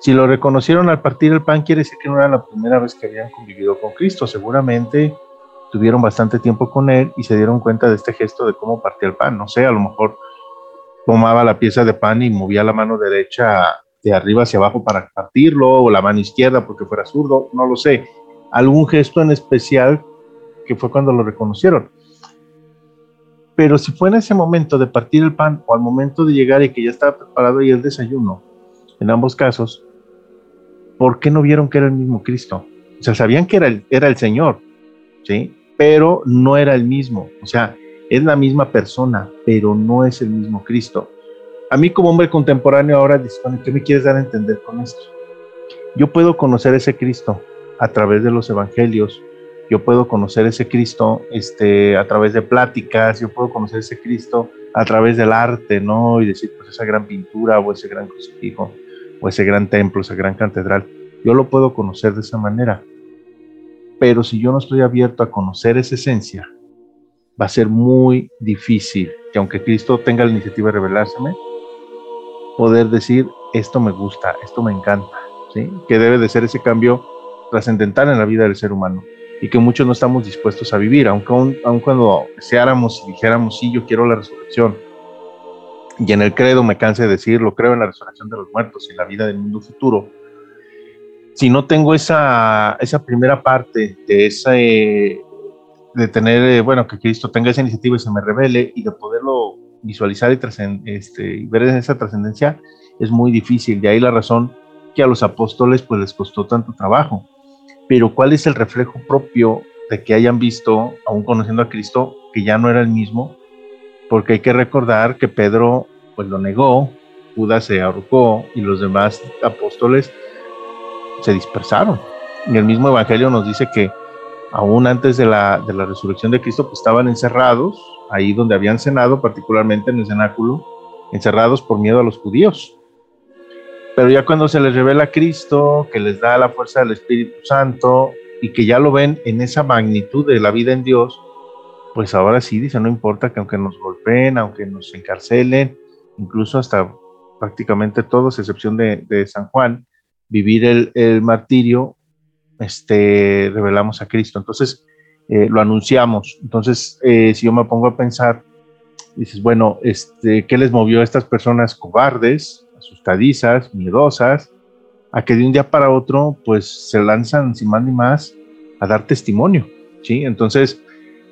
Si lo reconocieron al partir el pan, quiere decir que no era la primera vez que habían convivido con Cristo. Seguramente tuvieron bastante tiempo con él y se dieron cuenta de este gesto de cómo partía el pan. No sé, a lo mejor tomaba la pieza de pan y movía la mano derecha de arriba hacia abajo para partirlo, o la mano izquierda porque fuera zurdo, no lo sé. Algún gesto en especial que fue cuando lo reconocieron. Pero si fue en ese momento de partir el pan o al momento de llegar y que ya estaba preparado ahí el desayuno, en ambos casos, ¿por qué no vieron que era el mismo Cristo? O sea, sabían que era el Señor, ¿sí? Pero no era el mismo. O sea, es la misma persona, pero no es el mismo Cristo. A mí como hombre contemporáneo ahora, ¿qué me quieres dar a entender con esto? Yo puedo conocer ese Cristo a través de los evangelios, yo puedo conocer ese Cristo a través de pláticas, yo puedo conocer ese Cristo a través del arte, ¿no? Y decir, pues esa gran pintura o ese gran crucifijo o ese gran templo, esa gran catedral, yo lo puedo conocer de esa manera. Pero si yo no estoy abierto a conocer esa esencia, va a ser muy difícil que aunque Cristo tenga la iniciativa de revelárseme, poder decir, esto me gusta, esto me encanta, ¿sí? Que debe de ser ese cambio trascendental en la vida del ser humano y que muchos no estamos dispuestos a vivir, aun cuando deseáramos y dijéramos, sí, yo quiero la resurrección, y en el credo me canse de decirlo, creo en la resurrección de los muertos y en la vida del mundo futuro. Si no tengo esa primera parte de tener, que Cristo tenga esa iniciativa y se me revele y de poderlo visualizar y ver esa trascendencia, es muy difícil. De ahí la razón que a los apóstoles pues les costó tanto trabajo. Pero ¿cuál es el reflejo propio de que hayan visto, aún conociendo a Cristo, que ya no era el mismo? Porque hay que recordar que Pedro pues lo negó, Judas se ahorcó y los demás apóstoles se dispersaron. Y el mismo evangelio nos dice que aún antes de la resurrección de Cristo, pues estaban encerrados, ahí donde habían cenado, particularmente en el cenáculo, encerrados por miedo a los judíos. Pero ya cuando se les revela Cristo, que les da la fuerza del Espíritu Santo, y que ya lo ven en esa magnitud de la vida en Dios, pues ahora sí, dice, no importa que aunque nos golpeen, aunque nos encarcelen, incluso hasta prácticamente todos, a excepción de San Juan, vivir el martirio, revelamos a Cristo. Entonces lo anunciamos. Entonces si yo me pongo a pensar, dices, bueno, ¿qué les movió a estas personas cobardes, asustadizas, miedosas, a que de un día para otro pues se lanzan sin más ni más a dar testimonio? ¿Sí? Entonces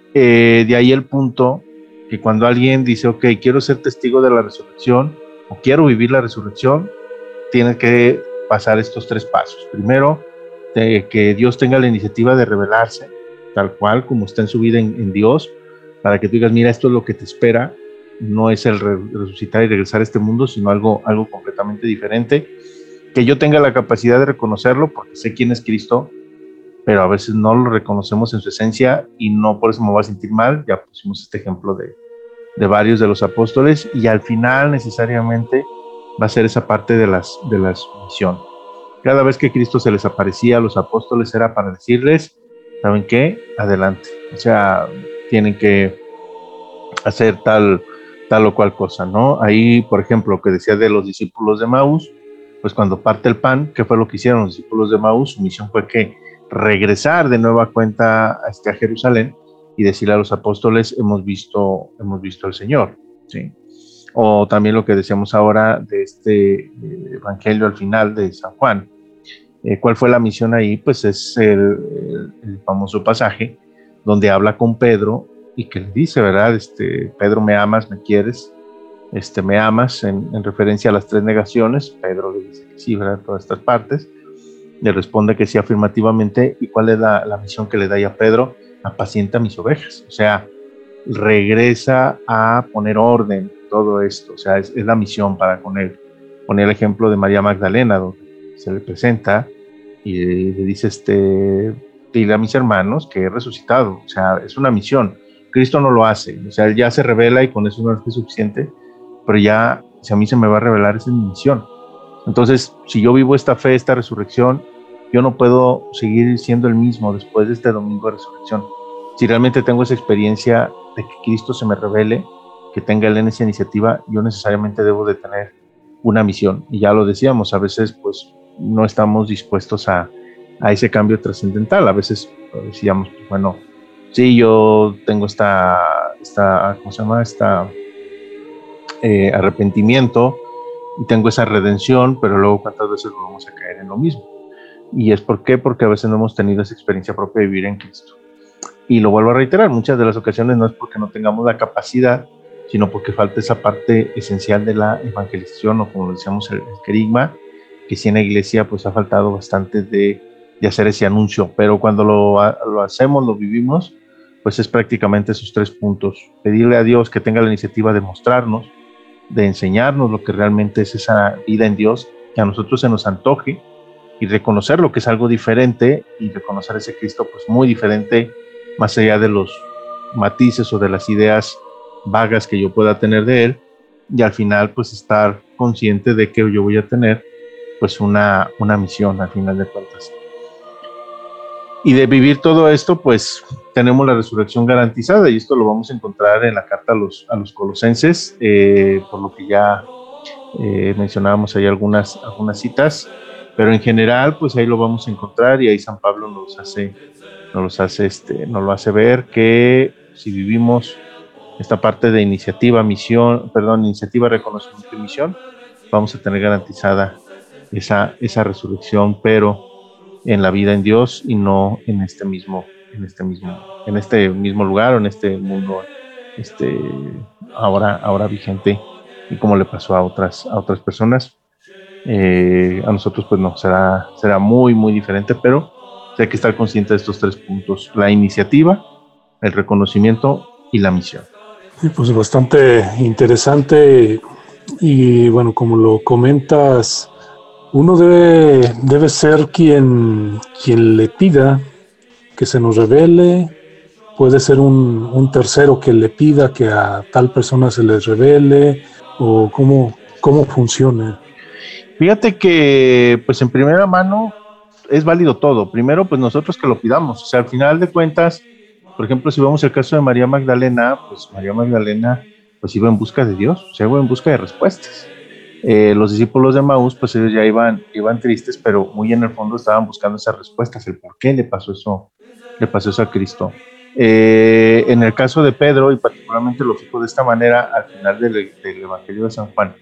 de ahí el punto que cuando alguien dice, ok, quiero ser testigo de la resurrección o quiero vivir la resurrección, tienes que pasar estos 3 pasos. Primero, que Dios tenga la iniciativa de revelarse, tal cual como está en su vida en Dios, para que tú digas, mira, esto es lo que te espera, no es el resucitar y regresar a este mundo, sino algo completamente diferente, que yo tenga la capacidad de reconocerlo, porque sé quién es Cristo, pero a veces no lo reconocemos en su esencia, y no por eso me voy a sentir mal. Ya pusimos este ejemplo de varios de los apóstoles, y al final necesariamente va a ser esa parte de la misión. Cada vez que Cristo se les aparecía a los apóstoles era para decirles, ¿saben qué? Adelante. O sea, tienen que hacer tal o cual cosa, ¿no? Ahí, por ejemplo, lo que decía de los discípulos de Maús, pues cuando parte el pan, ¿qué fue lo que hicieron los discípulos de Maús? Su misión fue que regresar de nueva cuenta a Jerusalén y decirle a los apóstoles, hemos visto al Señor, ¿sí? O también lo que decíamos ahora de este evangelio al final de San Juan. ¿Cuál fue la misión ahí? Pues es el famoso pasaje donde habla con Pedro y que le dice, ¿verdad? Pedro, ¿me amas? ¿Me quieres? ¿Me amas? En referencia a las 3 negaciones. Pedro le dice que sí, ¿verdad? Todas estas partes. Le responde que sí afirmativamente. ¿Y cuál es la misión que le da a Pedro? Apacienta mis ovejas. O sea, regresa a poner orden todo esto. O sea, es la misión para con él. Pone el ejemplo de María Magdalena, donde se le presenta y le dice, dile a mis hermanos que he resucitado. O sea, es una misión. Cristo no lo hace. O sea, él ya se revela y con eso no es suficiente, pero ya, si a mí se me va a revelar, esa es mi misión. Entonces, si yo vivo esta fe, esta resurrección, yo no puedo seguir siendo el mismo después de este domingo de resurrección. Si realmente tengo esa experiencia de que Cristo se me revele, que tenga él en esa iniciativa, yo necesariamente debo de tener una misión. Y ya lo decíamos, a veces pues no estamos dispuestos a ese cambio trascendental. A veces decíamos, pues, bueno, sí, yo tengo ¿cómo se llama? Arrepentimiento y tengo esa redención, pero luego cuántas veces vamos a caer en lo mismo. ¿Y es por qué? Porque a veces no hemos tenido esa experiencia propia de vivir en Cristo. Y lo vuelvo a reiterar, muchas de las ocasiones no es porque no tengamos la capacidad, sino porque falta esa parte esencial de la evangelización, o como decíamos, el querigma, que sí en la iglesia pues ha faltado bastante de hacer ese anuncio, pero cuando lo hacemos, lo vivimos, pues es prácticamente esos 3 puntos. Pedirle a Dios que tenga la iniciativa de mostrarnos, de enseñarnos lo que realmente es esa vida en Dios, que a nosotros se nos antoje, y reconocer lo que es algo diferente, y reconocer ese Cristo pues muy diferente, más allá de los matices o de las ideas vagas que yo pueda tener de él, y al final pues estar consciente de que yo voy a tener pues una misión al final de cuentas. Y de vivir todo esto, pues tenemos la resurrección garantizada, y esto lo vamos a encontrar en la carta a los Colosenses, por lo que ya mencionábamos ahí algunas citas, pero en general, pues ahí lo vamos a encontrar, y ahí San Pablo nos lo hace ver que si vivimos esta parte de iniciativa, reconocimiento y misión, vamos a tener garantizada esa resurrección, pero en la vida en Dios y no en este mismo lugar o en este mundo ahora vigente, y como le pasó a otras personas. A nosotros pues no, será muy muy diferente, pero hay que estar consciente de estos 3 puntos: la iniciativa, el reconocimiento y la misión. Sí, pues bastante interesante, y bueno, como lo comentas, uno debe ser quien le pida que se nos revele. Puede ser un tercero que le pida que a tal persona se les revele, o cómo funciona. Fíjate que pues en primera mano es válido todo. Primero, pues nosotros que lo pidamos. O sea, al final de cuentas, por ejemplo, si vemos el caso de María Magdalena, pues María Magdalena pues iba en busca de Dios, o sea, iba en busca de respuestas. Los discípulos de Maús, pues ellos ya iban tristes, pero muy en el fondo estaban buscando esas respuestas, el por qué le pasó eso a Cristo. En el caso de Pedro, y particularmente lo fijo de esta manera al final del Evangelio de San Juan,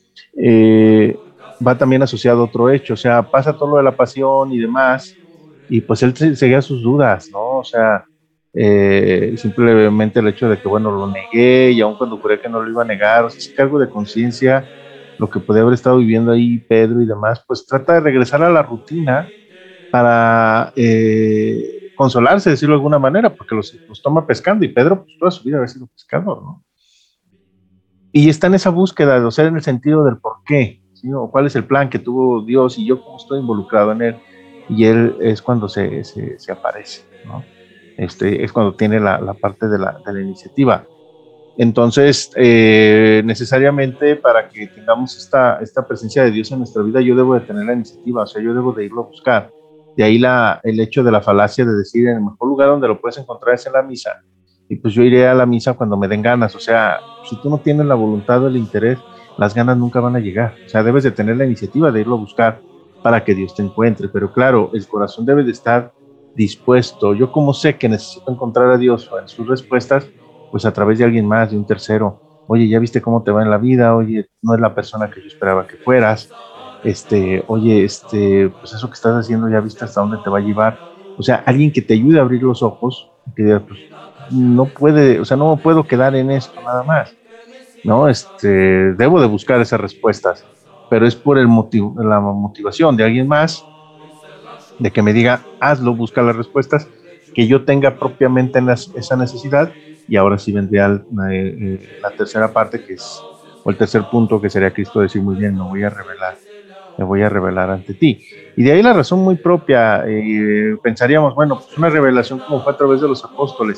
va también asociado a otro hecho, o sea, pasa todo lo de la pasión y demás, y pues él seguía sus dudas, ¿no? O sea, simplemente el hecho de que, bueno, lo negué, y aun cuando juré que no lo iba a negar, o sea, ese cargo de conciencia, lo que podía haber estado viviendo ahí Pedro y demás, pues trata de regresar a la rutina para consolarse, decirlo de alguna manera, porque los toma pescando, y Pedro pues toda su vida había sido pescador, ¿no? Y está en esa búsqueda, o sea, en el sentido del por qué, ¿sí? O cuál es el plan que tuvo Dios, y yo cómo estoy involucrado en él. Y él es cuando se aparece, ¿no? Es cuando tiene la parte de la iniciativa. Entonces, necesariamente para que tengamos esta presencia de Dios en nuestra vida, yo debo de tener la iniciativa, o sea, yo debo de irlo a buscar. De ahí el hecho de la falacia de decir, en el mejor lugar donde lo puedes encontrar es en la misa, y pues yo iré a la misa cuando me den ganas. O sea, si tú no tienes la voluntad o el interés, las ganas nunca van a llegar. O sea, debes de tener la iniciativa de irlo a buscar para que Dios te encuentre, pero claro, el corazón debe de estar dispuesto. Yo como sé que necesito encontrar a Dios o en sus respuestas, pues a través de alguien más, de un tercero. Oye, ¿ya viste cómo te va en la vida? Oye, no es la persona que yo esperaba que fueras. Oye, pues eso que estás haciendo, ¿ya viste hasta dónde te va a llevar? O sea, alguien que te ayude a abrir los ojos, que diga, pues no puede, o sea, no puedo quedar en esto nada más, ¿no? Debo de buscar esas respuestas, pero es por la motivación de alguien más, de que me diga, hazlo, busca las respuestas, que yo tenga propiamente esa necesidad. Y ahora sí vendría la tercera parte, o el tercer punto, que sería Cristo decir, muy bien, me voy a revelar ante ti. Y de ahí la razón muy propia, pensaríamos, bueno, pues una revelación como fue a través de los apóstoles.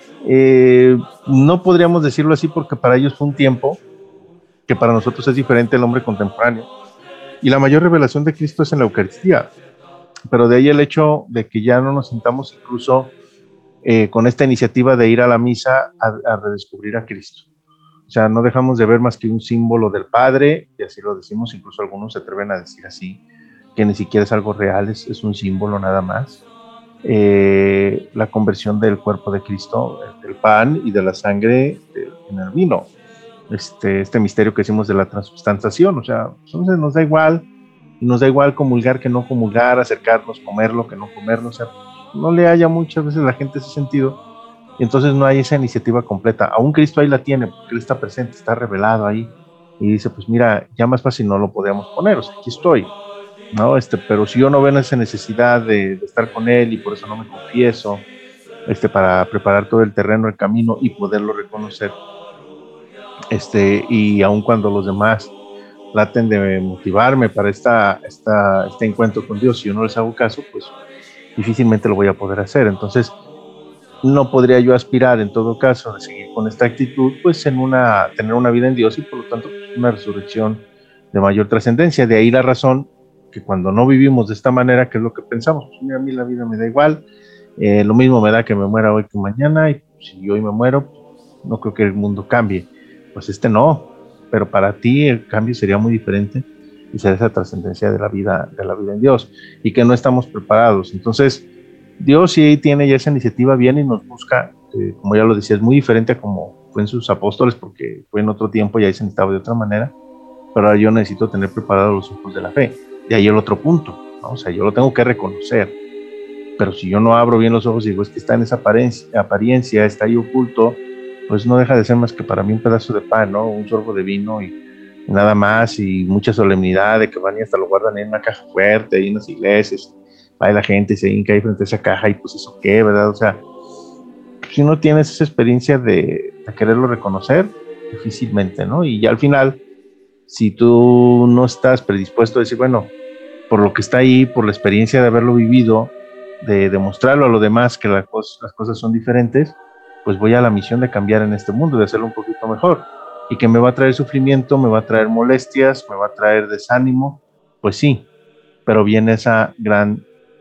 No podríamos decirlo así, porque para ellos fue un tiempo que para nosotros es diferente, el hombre contemporáneo. Y la mayor revelación de Cristo es en la Eucaristía. Pero de ahí el hecho de que ya no nos sintamos incluso con esta iniciativa de ir a la misa a redescubrir a Cristo. O sea, no dejamos de ver más que un símbolo del Padre, y así lo decimos, incluso algunos se atreven a decir así, que ni siquiera es algo real, es un símbolo nada más. La conversión del cuerpo de Cristo, del pan y de la sangre en el vino, este misterio que decimos de la transubstanciación, o sea, entonces nos da igual, y nos da igual comulgar que no comulgar, acercarnos, comerlo que no comerlo, o sea, no le haya muchas veces a la gente ese sentido, y entonces no hay esa iniciativa completa. Aún Cristo ahí la tiene, porque Él está presente, está revelado ahí, y dice, pues mira, ya más fácil no lo podíamos poner, o sea, aquí estoy, ¿no? Pero si yo no veo esa necesidad de estar con Él, y por eso no me confieso, para preparar todo el terreno, el camino, y poderlo reconocer, y aun cuando los demás traten de motivarme para este encuentro con Dios, si yo no les hago caso, pues difícilmente lo voy a poder hacer. Entonces, no podría yo aspirar en todo caso de seguir con esta actitud, pues tener una vida en Dios y por lo tanto pues, una resurrección de mayor trascendencia. De ahí la razón que cuando no vivimos de esta manera, ¿qué es lo que pensamos? Pues mira, a mí la vida me da igual, lo mismo me da que me muera hoy que mañana, y si hoy me muero, no creo que el mundo cambie. Pues no, pero para ti el cambio sería muy diferente y sería esa trascendencia de la vida en Dios, y que no estamos preparados. Entonces, Dios sí tiene ya esa iniciativa bien y nos busca, como ya lo decía, es muy diferente a como fue en sus apóstoles, porque fue en otro tiempo y ahí se necesitaba de otra manera, pero ahora yo necesito tener preparados los ojos de la fe. De ahí el otro punto, ¿no? O sea, yo lo tengo que reconocer, pero si yo no abro bien los ojos y digo, es que está en esa apariencia, está ahí oculto, pues no deja de ser más que para mí un pedazo de pan, ¿no? Un sorbo de vino y nada más, y mucha solemnidad de que van y hasta lo guardan en una caja fuerte, ahí en las iglesias, va la gente, se hinca ahí frente a esa caja y pues eso qué, ¿verdad? O sea, si no tienes esa experiencia de quererlo reconocer, difícilmente, ¿no? Y ya al final, si tú no estás predispuesto a decir, bueno, por lo que está ahí, por la experiencia de haberlo vivido, de demostrarlo a los demás que las cosas son diferentes, pues voy a la misión de cambiar en este mundo, de hacerlo un poquito mejor, y que me va a traer sufrimiento, me va a traer molestias, me va a traer desánimo, pues sí, pero viene esa gran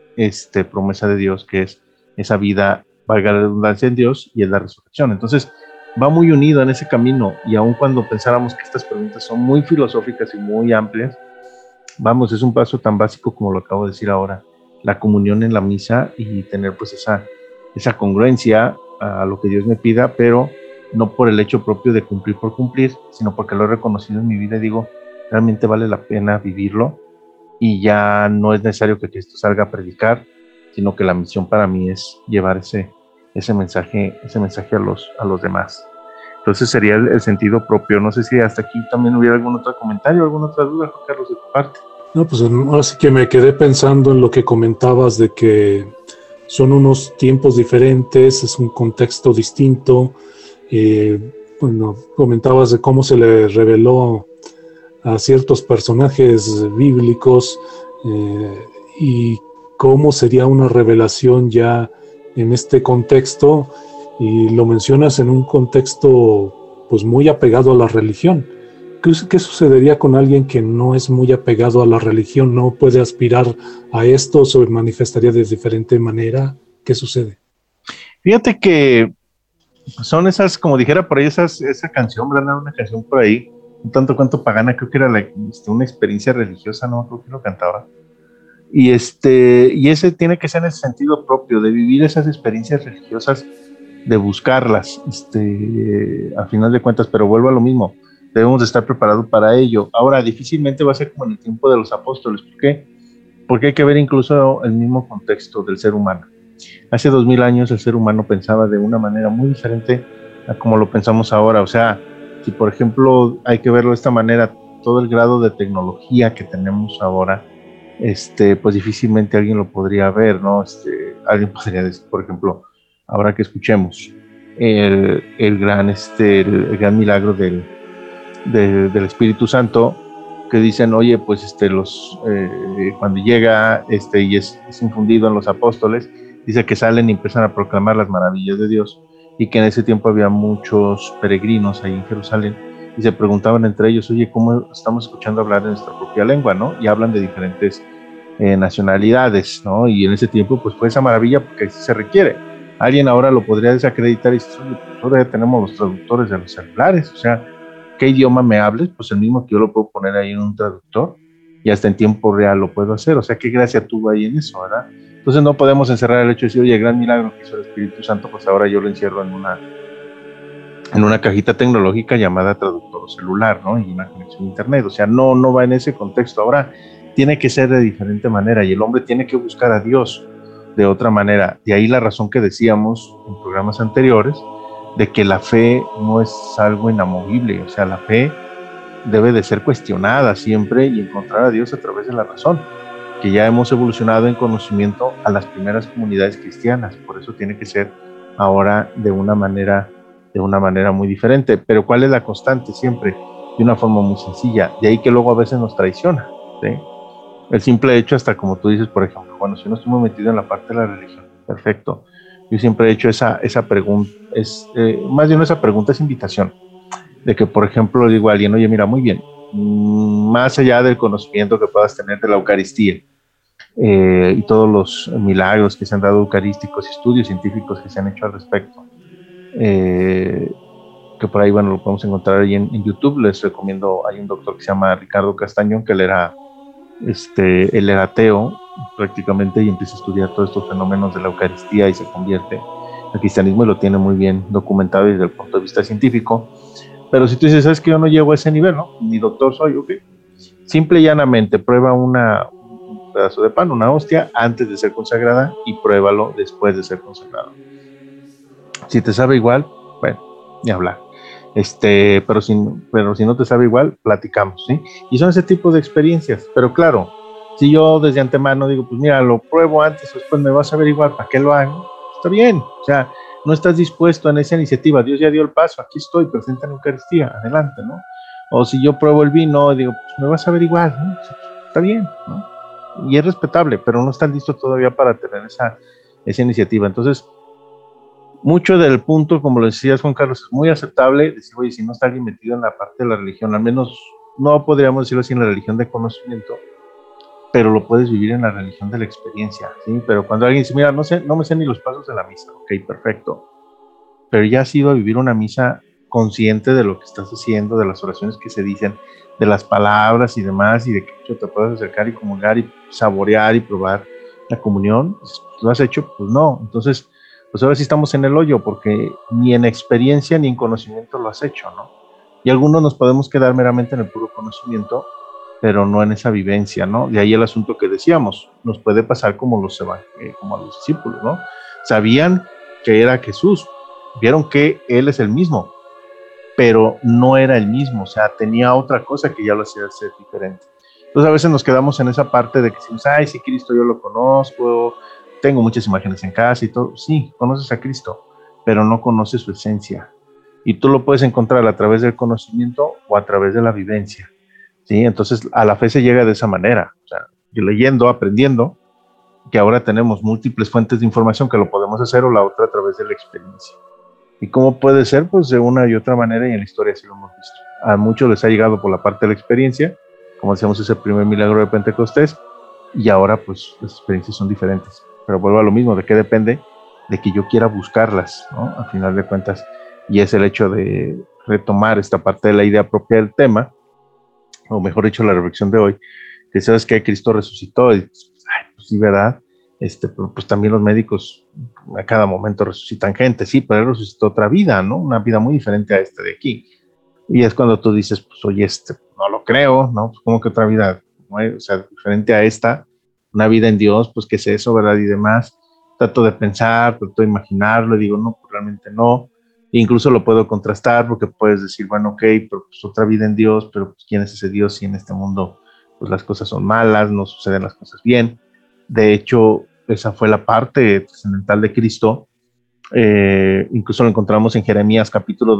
promesa de Dios, que es esa vida, valga la redundancia, en Dios, y es la resurrección. Entonces va muy unido en ese camino, y aun cuando pensáramos que estas preguntas son muy filosóficas y muy amplias, vamos, es un paso tan básico como lo acabo de decir ahora, la comunión en la misa y tener pues esa congruencia a lo que Dios me pida, pero no por el hecho propio de cumplir por cumplir, sino porque lo he reconocido en mi vida y digo, realmente vale la pena vivirlo, y ya no es necesario que Cristo salga a predicar, sino que la misión para mí es llevar ese mensaje a los demás. Entonces sería el sentido propio. No sé si hasta aquí también hubiera algún otro comentario, alguna otra duda, Juan Carlos, de tu parte. No, pues ahora sí que me quedé pensando en lo que comentabas de que son unos tiempos diferentes, es un contexto distinto. Bueno, comentabas de cómo se le reveló a ciertos personajes bíblicos y cómo sería una revelación ya en este contexto, y lo mencionas en un contexto pues muy apegado a la religión. ¿Qué sucedería con alguien que no es muy apegado a la religión, no puede aspirar a esto, o se manifestaría de diferente manera? ¿Qué sucede? Fíjate que son esas, como dijera por ahí, esa canción, ¿verdad? Una canción por ahí, un tanto cuanto pagana, creo que era una experiencia religiosa, no creo que lo cantaba. Y ese tiene que ser en ese sentido propio, de vivir esas experiencias religiosas, de buscarlas, a final de cuentas, pero vuelvo a lo mismo, debemos de estar preparados para ello. Ahora, difícilmente va a ser como en el tiempo de los apóstoles. ¿Por qué? Porque hay que ver incluso el mismo contexto del ser humano. Hace 2000 años el ser humano pensaba de una manera muy diferente a como lo pensamos ahora. O sea, si por ejemplo hay que verlo de esta manera, todo el grado de tecnología que tenemos ahora, pues difícilmente alguien lo podría ver, ¿no? Alguien podría decir, por ejemplo, ahora que escuchemos el gran milagro del Espíritu Santo, que dicen, oye, pues cuando llega y es infundido en los apóstoles, dice que salen y empiezan a proclamar las maravillas de Dios, y que en ese tiempo había muchos peregrinos ahí en Jerusalén, y se preguntaban entre ellos, oye, ¿cómo estamos escuchando hablar en nuestra propia lengua, no? Y hablan de diferentes nacionalidades, ¿no? Y en ese tiempo, pues fue esa maravilla, porque así se requiere. Alguien ahora lo podría desacreditar y decir, oye, pues ahora ya tenemos los traductores de los celulares, o sea, ¿qué idioma me hables? Pues el mismo que yo lo puedo poner ahí en un traductor, y hasta en tiempo real lo puedo hacer. O sea, qué gracia tuvo ahí en eso, ¿verdad? Entonces no podemos encerrar el hecho de decir, oye, el gran milagro que hizo el Espíritu Santo, pues ahora yo lo encierro en una cajita tecnológica llamada traductor celular, ¿no? Y una conexión a internet. O sea, no va en ese contexto. Ahora tiene que ser de diferente manera y el hombre tiene que buscar a Dios de otra manera. De ahí la razón que decíamos en programas anteriores de que la fe no es algo inamovible. O sea, la fe debe de ser cuestionada siempre y encontrar a Dios a través de la razón, que ya hemos evolucionado en conocimiento a las primeras comunidades cristianas. Por eso tiene que ser ahora de una manera muy diferente. Pero ¿cuál es la constante? Siempre de una forma muy sencilla. De ahí que luego a veces nos traiciona, ¿sí? El simple hecho, hasta como tú dices, por ejemplo, bueno, si no estoy muy metido en la parte de la religión, perfecto. Yo siempre he hecho esa pregunta, más bien esa pregunta es invitación, de que, por ejemplo, le digo a alguien, oye, mira, muy bien, más allá del conocimiento que puedas tener de la Eucaristía y todos los milagros que se han dado eucarísticos, estudios científicos que se han hecho al respecto, que por ahí, bueno, lo podemos encontrar ahí en YouTube. Les recomiendo, hay un doctor que se llama Ricardo Castañón, que él era ateo prácticamente y empieza a estudiar todos estos fenómenos de la Eucaristía y se convierte al cristianismo y lo tiene muy bien documentado desde el punto de vista científico. Pero si tú dices, sabes que yo no llego a ese nivel, ¿no? Ni doctor soy, ok. Simple y llanamente prueba un pedazo de pan, una hostia, antes de ser consagrada y pruébalo después de ser consagrado. Si te sabe igual, bueno, ni hablar. Pero si no te sabe igual, platicamos, ¿sí? Y son ese tipo de experiencias. Pero claro, si yo desde antemano digo, pues mira, lo pruebo antes o después me vas a ver igual, ¿para qué lo hago? Está bien, o sea, no estás dispuesto en esa iniciativa, Dios ya dio el paso, aquí estoy, presente en Eucaristía, adelante, ¿no? O si yo pruebo el vino, digo, pues me vas a ver igual, ¿no? Está bien, ¿no? Y es respetable, pero no están listos todavía para tener esa iniciativa. Entonces, mucho del punto, como lo decías, Juan Carlos, es muy aceptable decir, oye, si no está alguien metido en la parte de la religión, al menos no podríamos decirlo así en la religión de conocimiento, pero lo puedes vivir en la religión de la experiencia, ¿sí? Pero cuando alguien dice, mira, no me sé ni los pasos de la misa, ok, perfecto, pero ya has ido a vivir una misa consciente de lo que estás haciendo, de las oraciones que se dicen, de las palabras y demás, y de que te puedes acercar y comulgar y saborear y probar la comunión. ¿Lo has hecho? Pues no. Entonces, pues ahora sí estamos en el hoyo, porque ni en experiencia ni en conocimiento lo has hecho, ¿no? Y algunos nos podemos quedar meramente en el puro conocimiento, pero no en esa vivencia, ¿no? De ahí el asunto que decíamos, nos puede pasar como como a los discípulos, ¿no? Sabían que era Jesús, vieron que Él es el mismo, pero no era el mismo, o sea, tenía otra cosa que ya lo hacía ser diferente. Entonces a veces nos quedamos en esa parte de que decimos, ay, sí, Cristo yo lo conozco, tengo muchas imágenes en casa y todo. Sí, conoces a Cristo, pero no conoces su esencia. Y tú lo puedes encontrar a través del conocimiento o a través de la vivencia, ¿sí? Entonces a la fe se llega de esa manera, o sea, leyendo, aprendiendo, que ahora tenemos múltiples fuentes de información que lo podemos hacer, o la otra a través de la experiencia. ¿Y cómo puede ser? Pues de una y otra manera, y en la historia así lo hemos visto. A muchos les ha llegado por la parte de la experiencia, como decíamos, ese primer milagro de Pentecostés, y ahora pues las experiencias son diferentes. Pero vuelvo a lo mismo, ¿de qué depende? De que yo quiera buscarlas, ¿no? Al final de cuentas, y es el hecho de retomar esta parte de la idea propia del tema, o mejor dicho, la reflexión de hoy, que sabes que Cristo resucitó, y pues sí, ¿verdad? Pero pues también los médicos a cada momento resucitan gente, sí, pero él resucitó otra vida, ¿no? Una vida muy diferente a esta de aquí. Y es cuando tú dices, pues oye, no lo creo, ¿no? Pues como que otra vida, ¿no? O sea, diferente a esta, una vida en Dios, pues qué es eso, ¿verdad? Y demás. Trato de pensar, trato de imaginarlo, y digo, no, pues realmente no. E incluso lo puedo contrastar porque puedes decir, bueno, ok, pero pues otra vida en Dios, pero pues ¿quién es ese Dios si en este mundo pues las cosas son malas, no suceden las cosas bien? De hecho, esa fue la parte trascendental de Cristo. Incluso lo encontramos en Jeremías capítulo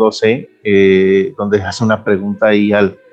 12, donde hace una pregunta ahí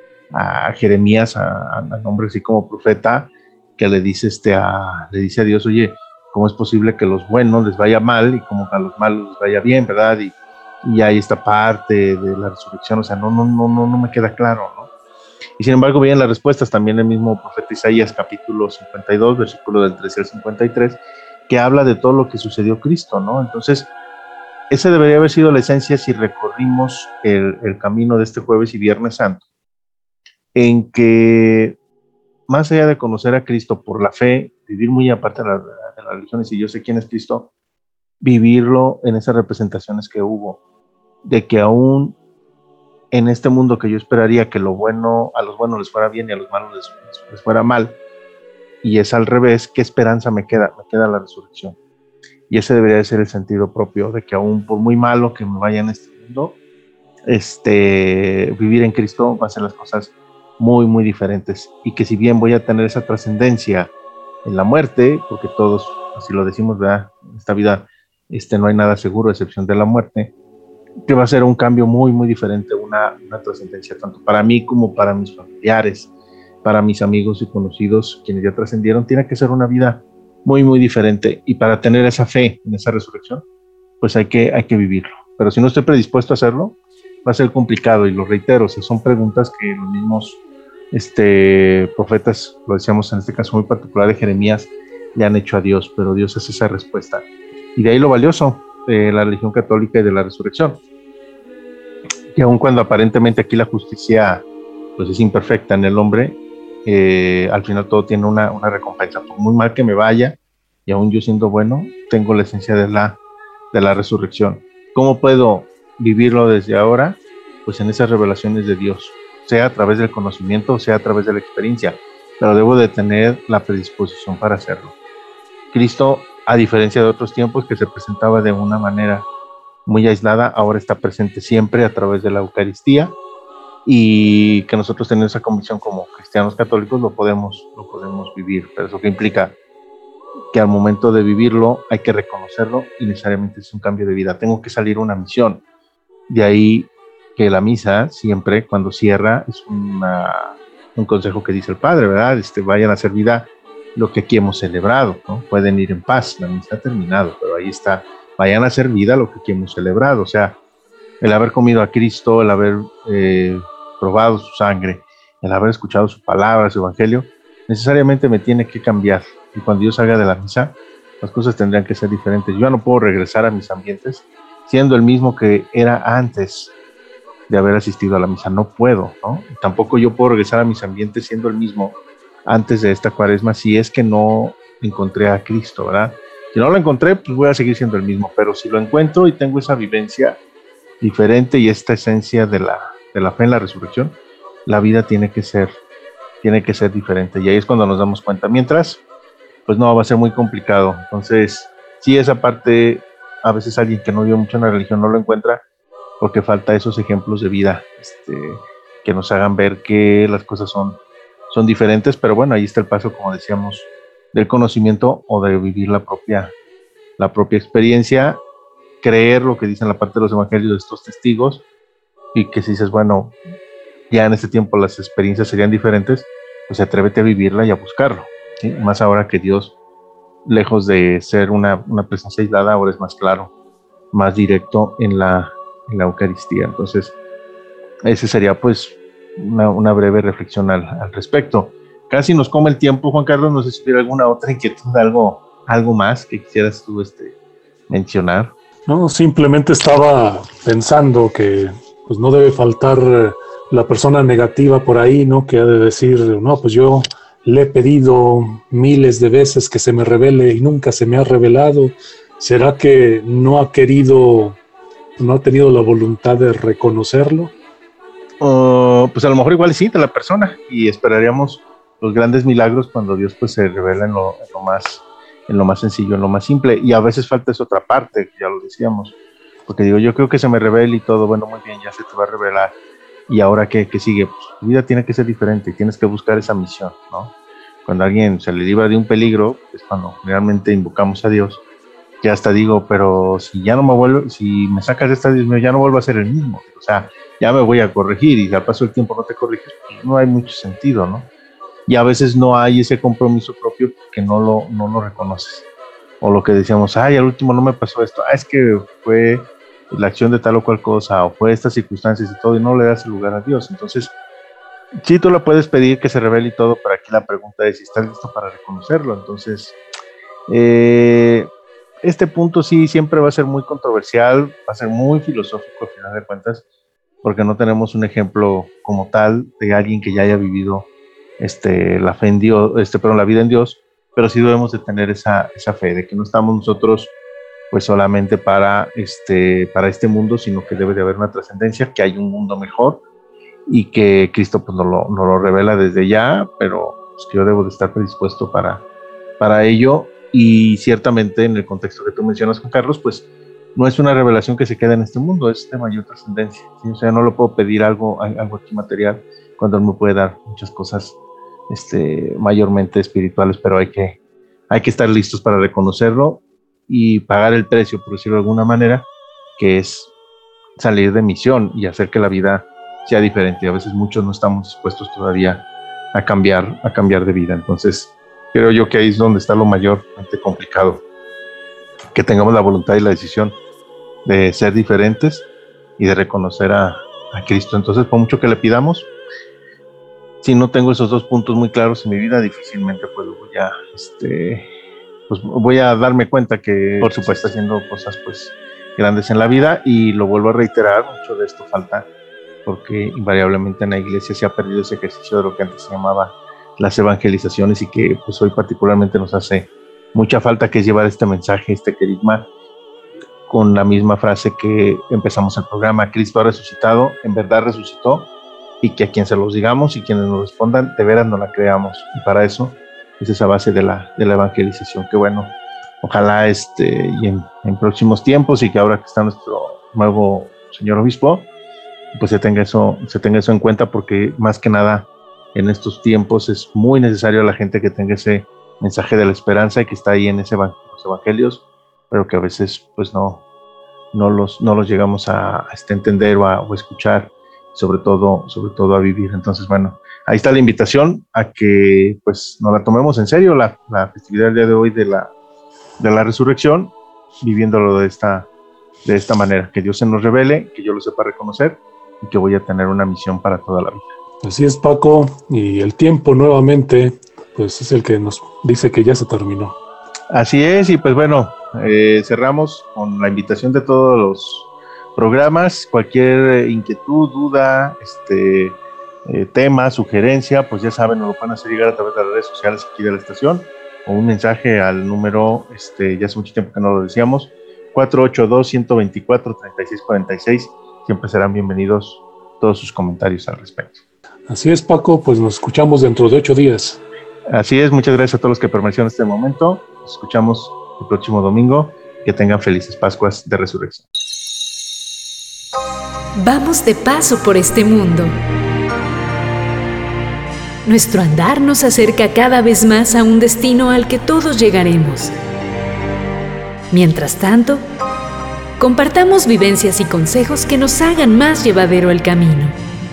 a Jeremías, al hombre así como profeta, que le dice a Dios, oye, ¿cómo es posible que a los buenos les vaya mal y como que a los malos les vaya bien, verdad? Y hay esta parte de la resurrección, o sea, no me queda claro, ¿no? Y sin embargo, vienen las respuestas también el mismo profeta Isaías, capítulo 52, versículo del 13 al 53, que habla de todo lo que sucedió Cristo, ¿no? Entonces, esa debería haber sido la esencia si recorrimos el camino de este jueves y viernes santo, en que más allá de conocer a Cristo por la fe, vivir muy aparte de las religiones, y yo sé quién es Cristo, vivirlo en esas representaciones que hubo, de que aún en este mundo que yo esperaría que a los buenos les fuera bien y a los malos les fuera mal, y es al revés, ¿qué esperanza me queda? Me queda la resurrección. Y ese debería de ser el sentido propio, de que aún por muy malo que me vaya en este mundo, vivir en Cristo va a hacer las cosas muy, muy diferentes. Y que si bien voy a tener esa trascendencia en la muerte, porque todos, así lo decimos, ¿verdad? En esta vida no hay nada seguro a excepción de la muerte, que va a ser un cambio muy, muy diferente, una trascendencia tanto para mí como para mis familiares, para mis amigos y conocidos, quienes ya trascendieron. Tiene que ser una vida muy, muy diferente, y para tener esa fe en esa resurrección, pues hay que vivirlo. Pero si no estoy predispuesto a hacerlo, va a ser complicado, y lo reitero, son preguntas que los mismos profetas, lo decíamos en este caso muy particular de Jeremías, le han hecho a Dios, pero Dios hace esa respuesta. Y de ahí lo valioso de la religión católica y de la resurrección. Y aun cuando aparentemente aquí la justicia pues es imperfecta en el hombre, al final todo tiene una recompensa. Por muy mal que me vaya, y aún yo siendo bueno, tengo la esencia de la resurrección. ¿Cómo puedo vivirlo desde ahora? Pues en esas revelaciones de Dios, sea a través del conocimiento, sea a través de la experiencia, pero debo de tener la predisposición para hacerlo. Cristo, a diferencia de otros tiempos que se presentaba de una manera muy aislada, ahora está presente siempre a través de la Eucaristía, y que nosotros tenemos esa convicción como cristianos católicos lo podemos vivir. Pero eso que implica que al momento de vivirlo hay que reconocerlo, y necesariamente es un cambio de vida. Tengo que salir a una misión. De ahí que la misa siempre, cuando cierra, es un consejo que dice el Padre, ¿verdad? Vayan a hacer vida lo que aquí hemos celebrado, ¿no? Pueden ir en paz, la misa ha terminado, pero ahí está, vayan a hacer vida lo que aquí hemos celebrado. O sea, el haber comido a Cristo, el haber probado su sangre, el haber escuchado su palabra, su evangelio, necesariamente me tiene que cambiar. Y cuando yo salga de la misa, las cosas tendrían que ser diferentes. Yo no puedo regresar a mis ambientes siendo el mismo que era antes de haber asistido a la misa. No puedo, ¿no? Tampoco yo puedo regresar a mis ambientes siendo el mismo antes de esta Cuaresma, si es que no encontré a Cristo, ¿verdad? Si no lo encontré, pues voy a seguir siendo el mismo. Pero si lo encuentro y tengo esa vivencia diferente y esta esencia de la fe en la resurrección, la vida tiene que ser diferente. Y ahí es cuando nos damos cuenta. Mientras, pues no, va a ser muy complicado. Entonces, sí, esa parte, a veces alguien que no vio mucho en la religión no lo encuentra, porque falta esos ejemplos de vida que nos hagan ver que las cosas son diferentes. Pero bueno, ahí está el paso, como decíamos, del conocimiento o de vivir la propia experiencia, creer lo que dicen la parte de los evangelios de estos testigos, y que si dices, bueno, ya en este tiempo las experiencias serían diferentes, pues atrévete a vivirla y a buscarlo, ¿sí? Más ahora que Dios, lejos de ser una presencia aislada, ahora es más claro, más directo en la Eucaristía. Entonces, ese sería pues una breve reflexión al respecto. Casi nos come el tiempo, Juan Carlos, no sé si hubiera alguna otra inquietud, algo más que quisieras tú mencionar. No, simplemente estaba pensando que pues no debe faltar la persona negativa por ahí, ¿no? Que ha de decir, no, pues yo le he pedido miles de veces que se me revele y nunca se me ha revelado. ¿Será que no ha tenido la voluntad de reconocerlo? Pues a lo mejor igual sí, de la persona, y esperaríamos los grandes milagros cuando Dios pues se revela en lo más sencillo, en lo más simple. Y a veces falta esa otra parte, ya lo decíamos, porque digo, yo creo que se me revela y todo, bueno, muy bien, ya se te va a revelar, y ahora ¿qué sigue? Pues tu vida tiene que ser diferente y tienes que buscar esa misión, ¿no? Cuando alguien se le libra de un peligro, es cuando realmente invocamos a Dios. Ya hasta digo, pero si me sacas de esta, Dios mío, ya no vuelvo a ser el mismo, o sea, ya me voy a corregir, y al paso del tiempo no te corriges, pues no hay mucho sentido, ¿no? Y a veces no hay ese compromiso propio porque no lo reconoces. O lo que decíamos, al último no me pasó esto, es que fue la acción de tal o cual cosa, o fue estas circunstancias y todo, y no le das el lugar a Dios. Entonces, sí, tú la puedes pedir que se revele y todo, pero aquí la pregunta es si estás listo para reconocerlo. Entonces, este punto sí siempre va a ser muy controversial, va a ser muy filosófico al final de cuentas, porque no tenemos un ejemplo como tal de alguien que ya haya vivido la fe en Dios, la vida en Dios, pero sí debemos de tener esa fe de que no estamos nosotros pues solamente para este mundo, sino que debe de haber una trascendencia, que hay un mundo mejor y que Cristo pues nos lo revela desde ya, pero pues, que yo debo de estar predispuesto para ello. Y ciertamente en el contexto que tú mencionas, Juan Carlos, pues no es una revelación que se queda en este mundo, es de mayor trascendencia, ¿sí? O sea, no le puedo pedir algo aquí material cuando Él me puede dar muchas cosas mayormente espirituales, pero hay que estar listos para reconocerlo y pagar el precio, por decirlo de alguna manera, que es salir de misión y hacer que la vida sea diferente. A veces muchos no estamos dispuestos todavía a cambiar de vida. Entonces, creo yo que ahí es donde está lo mayormente complicado, que tengamos la voluntad y la decisión de ser diferentes y de reconocer a Cristo. Entonces, por mucho que le pidamos, si no tengo esos dos puntos muy claros en mi vida, difícilmente pues voy a darme cuenta que, por supuesto, haciendo cosas pues grandes en la vida. Y lo vuelvo a reiterar, mucho de esto falta, porque invariablemente en la iglesia se ha perdido ese ejercicio de lo que antes se llamaba las evangelizaciones y que pues hoy particularmente nos hace mucha falta, que es llevar este mensaje, este querigma, con la misma frase que empezamos el programa: Cristo ha resucitado, en verdad resucitó, y que a quien se los digamos y quienes nos respondan, de veras no la creamos. Y para eso es esa base de la evangelización, que bueno, ojalá y en próximos tiempos, y que ahora que está nuestro nuevo señor obispo, pues se tenga eso en cuenta, porque más que nada en estos tiempos es muy necesario a la gente que tenga ese mensaje de la esperanza y que está ahí en los evangelios, pero que a veces pues no los llegamos a entender o a escuchar, sobre todo a vivir. Entonces, bueno, ahí está la invitación a que pues nos la tomemos en serio, la festividad del día de hoy de la resurrección, viviéndolo de esta manera, que Dios se nos revele, que yo lo sepa reconocer y que voy a tener una misión para toda la vida. Así es, Paco, y el tiempo nuevamente pues es el que nos dice que ya se terminó. Así es, y pues bueno, cerramos con la invitación de todos los programas. Cualquier inquietud, duda, tema, sugerencia, pues ya saben, nos lo pueden hacer llegar a través de las redes sociales aquí de la estación, o un mensaje al número, ya hace mucho tiempo que no lo decíamos, 482-124-3646. Siempre serán bienvenidos todos sus comentarios al respecto. Así es, Paco, pues nos escuchamos dentro de 8 días. Así es, muchas gracias a todos los que permanecieron en este momento. Nos escuchamos el próximo domingo. Que tengan felices Pascuas de Resurrección. Vamos de paso por este mundo. Nuestro andar nos acerca cada vez más a un destino al que todos llegaremos. Mientras tanto, compartamos vivencias y consejos que nos hagan más llevadero el camino.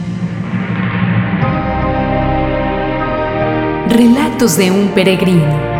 Relatos de un peregrino.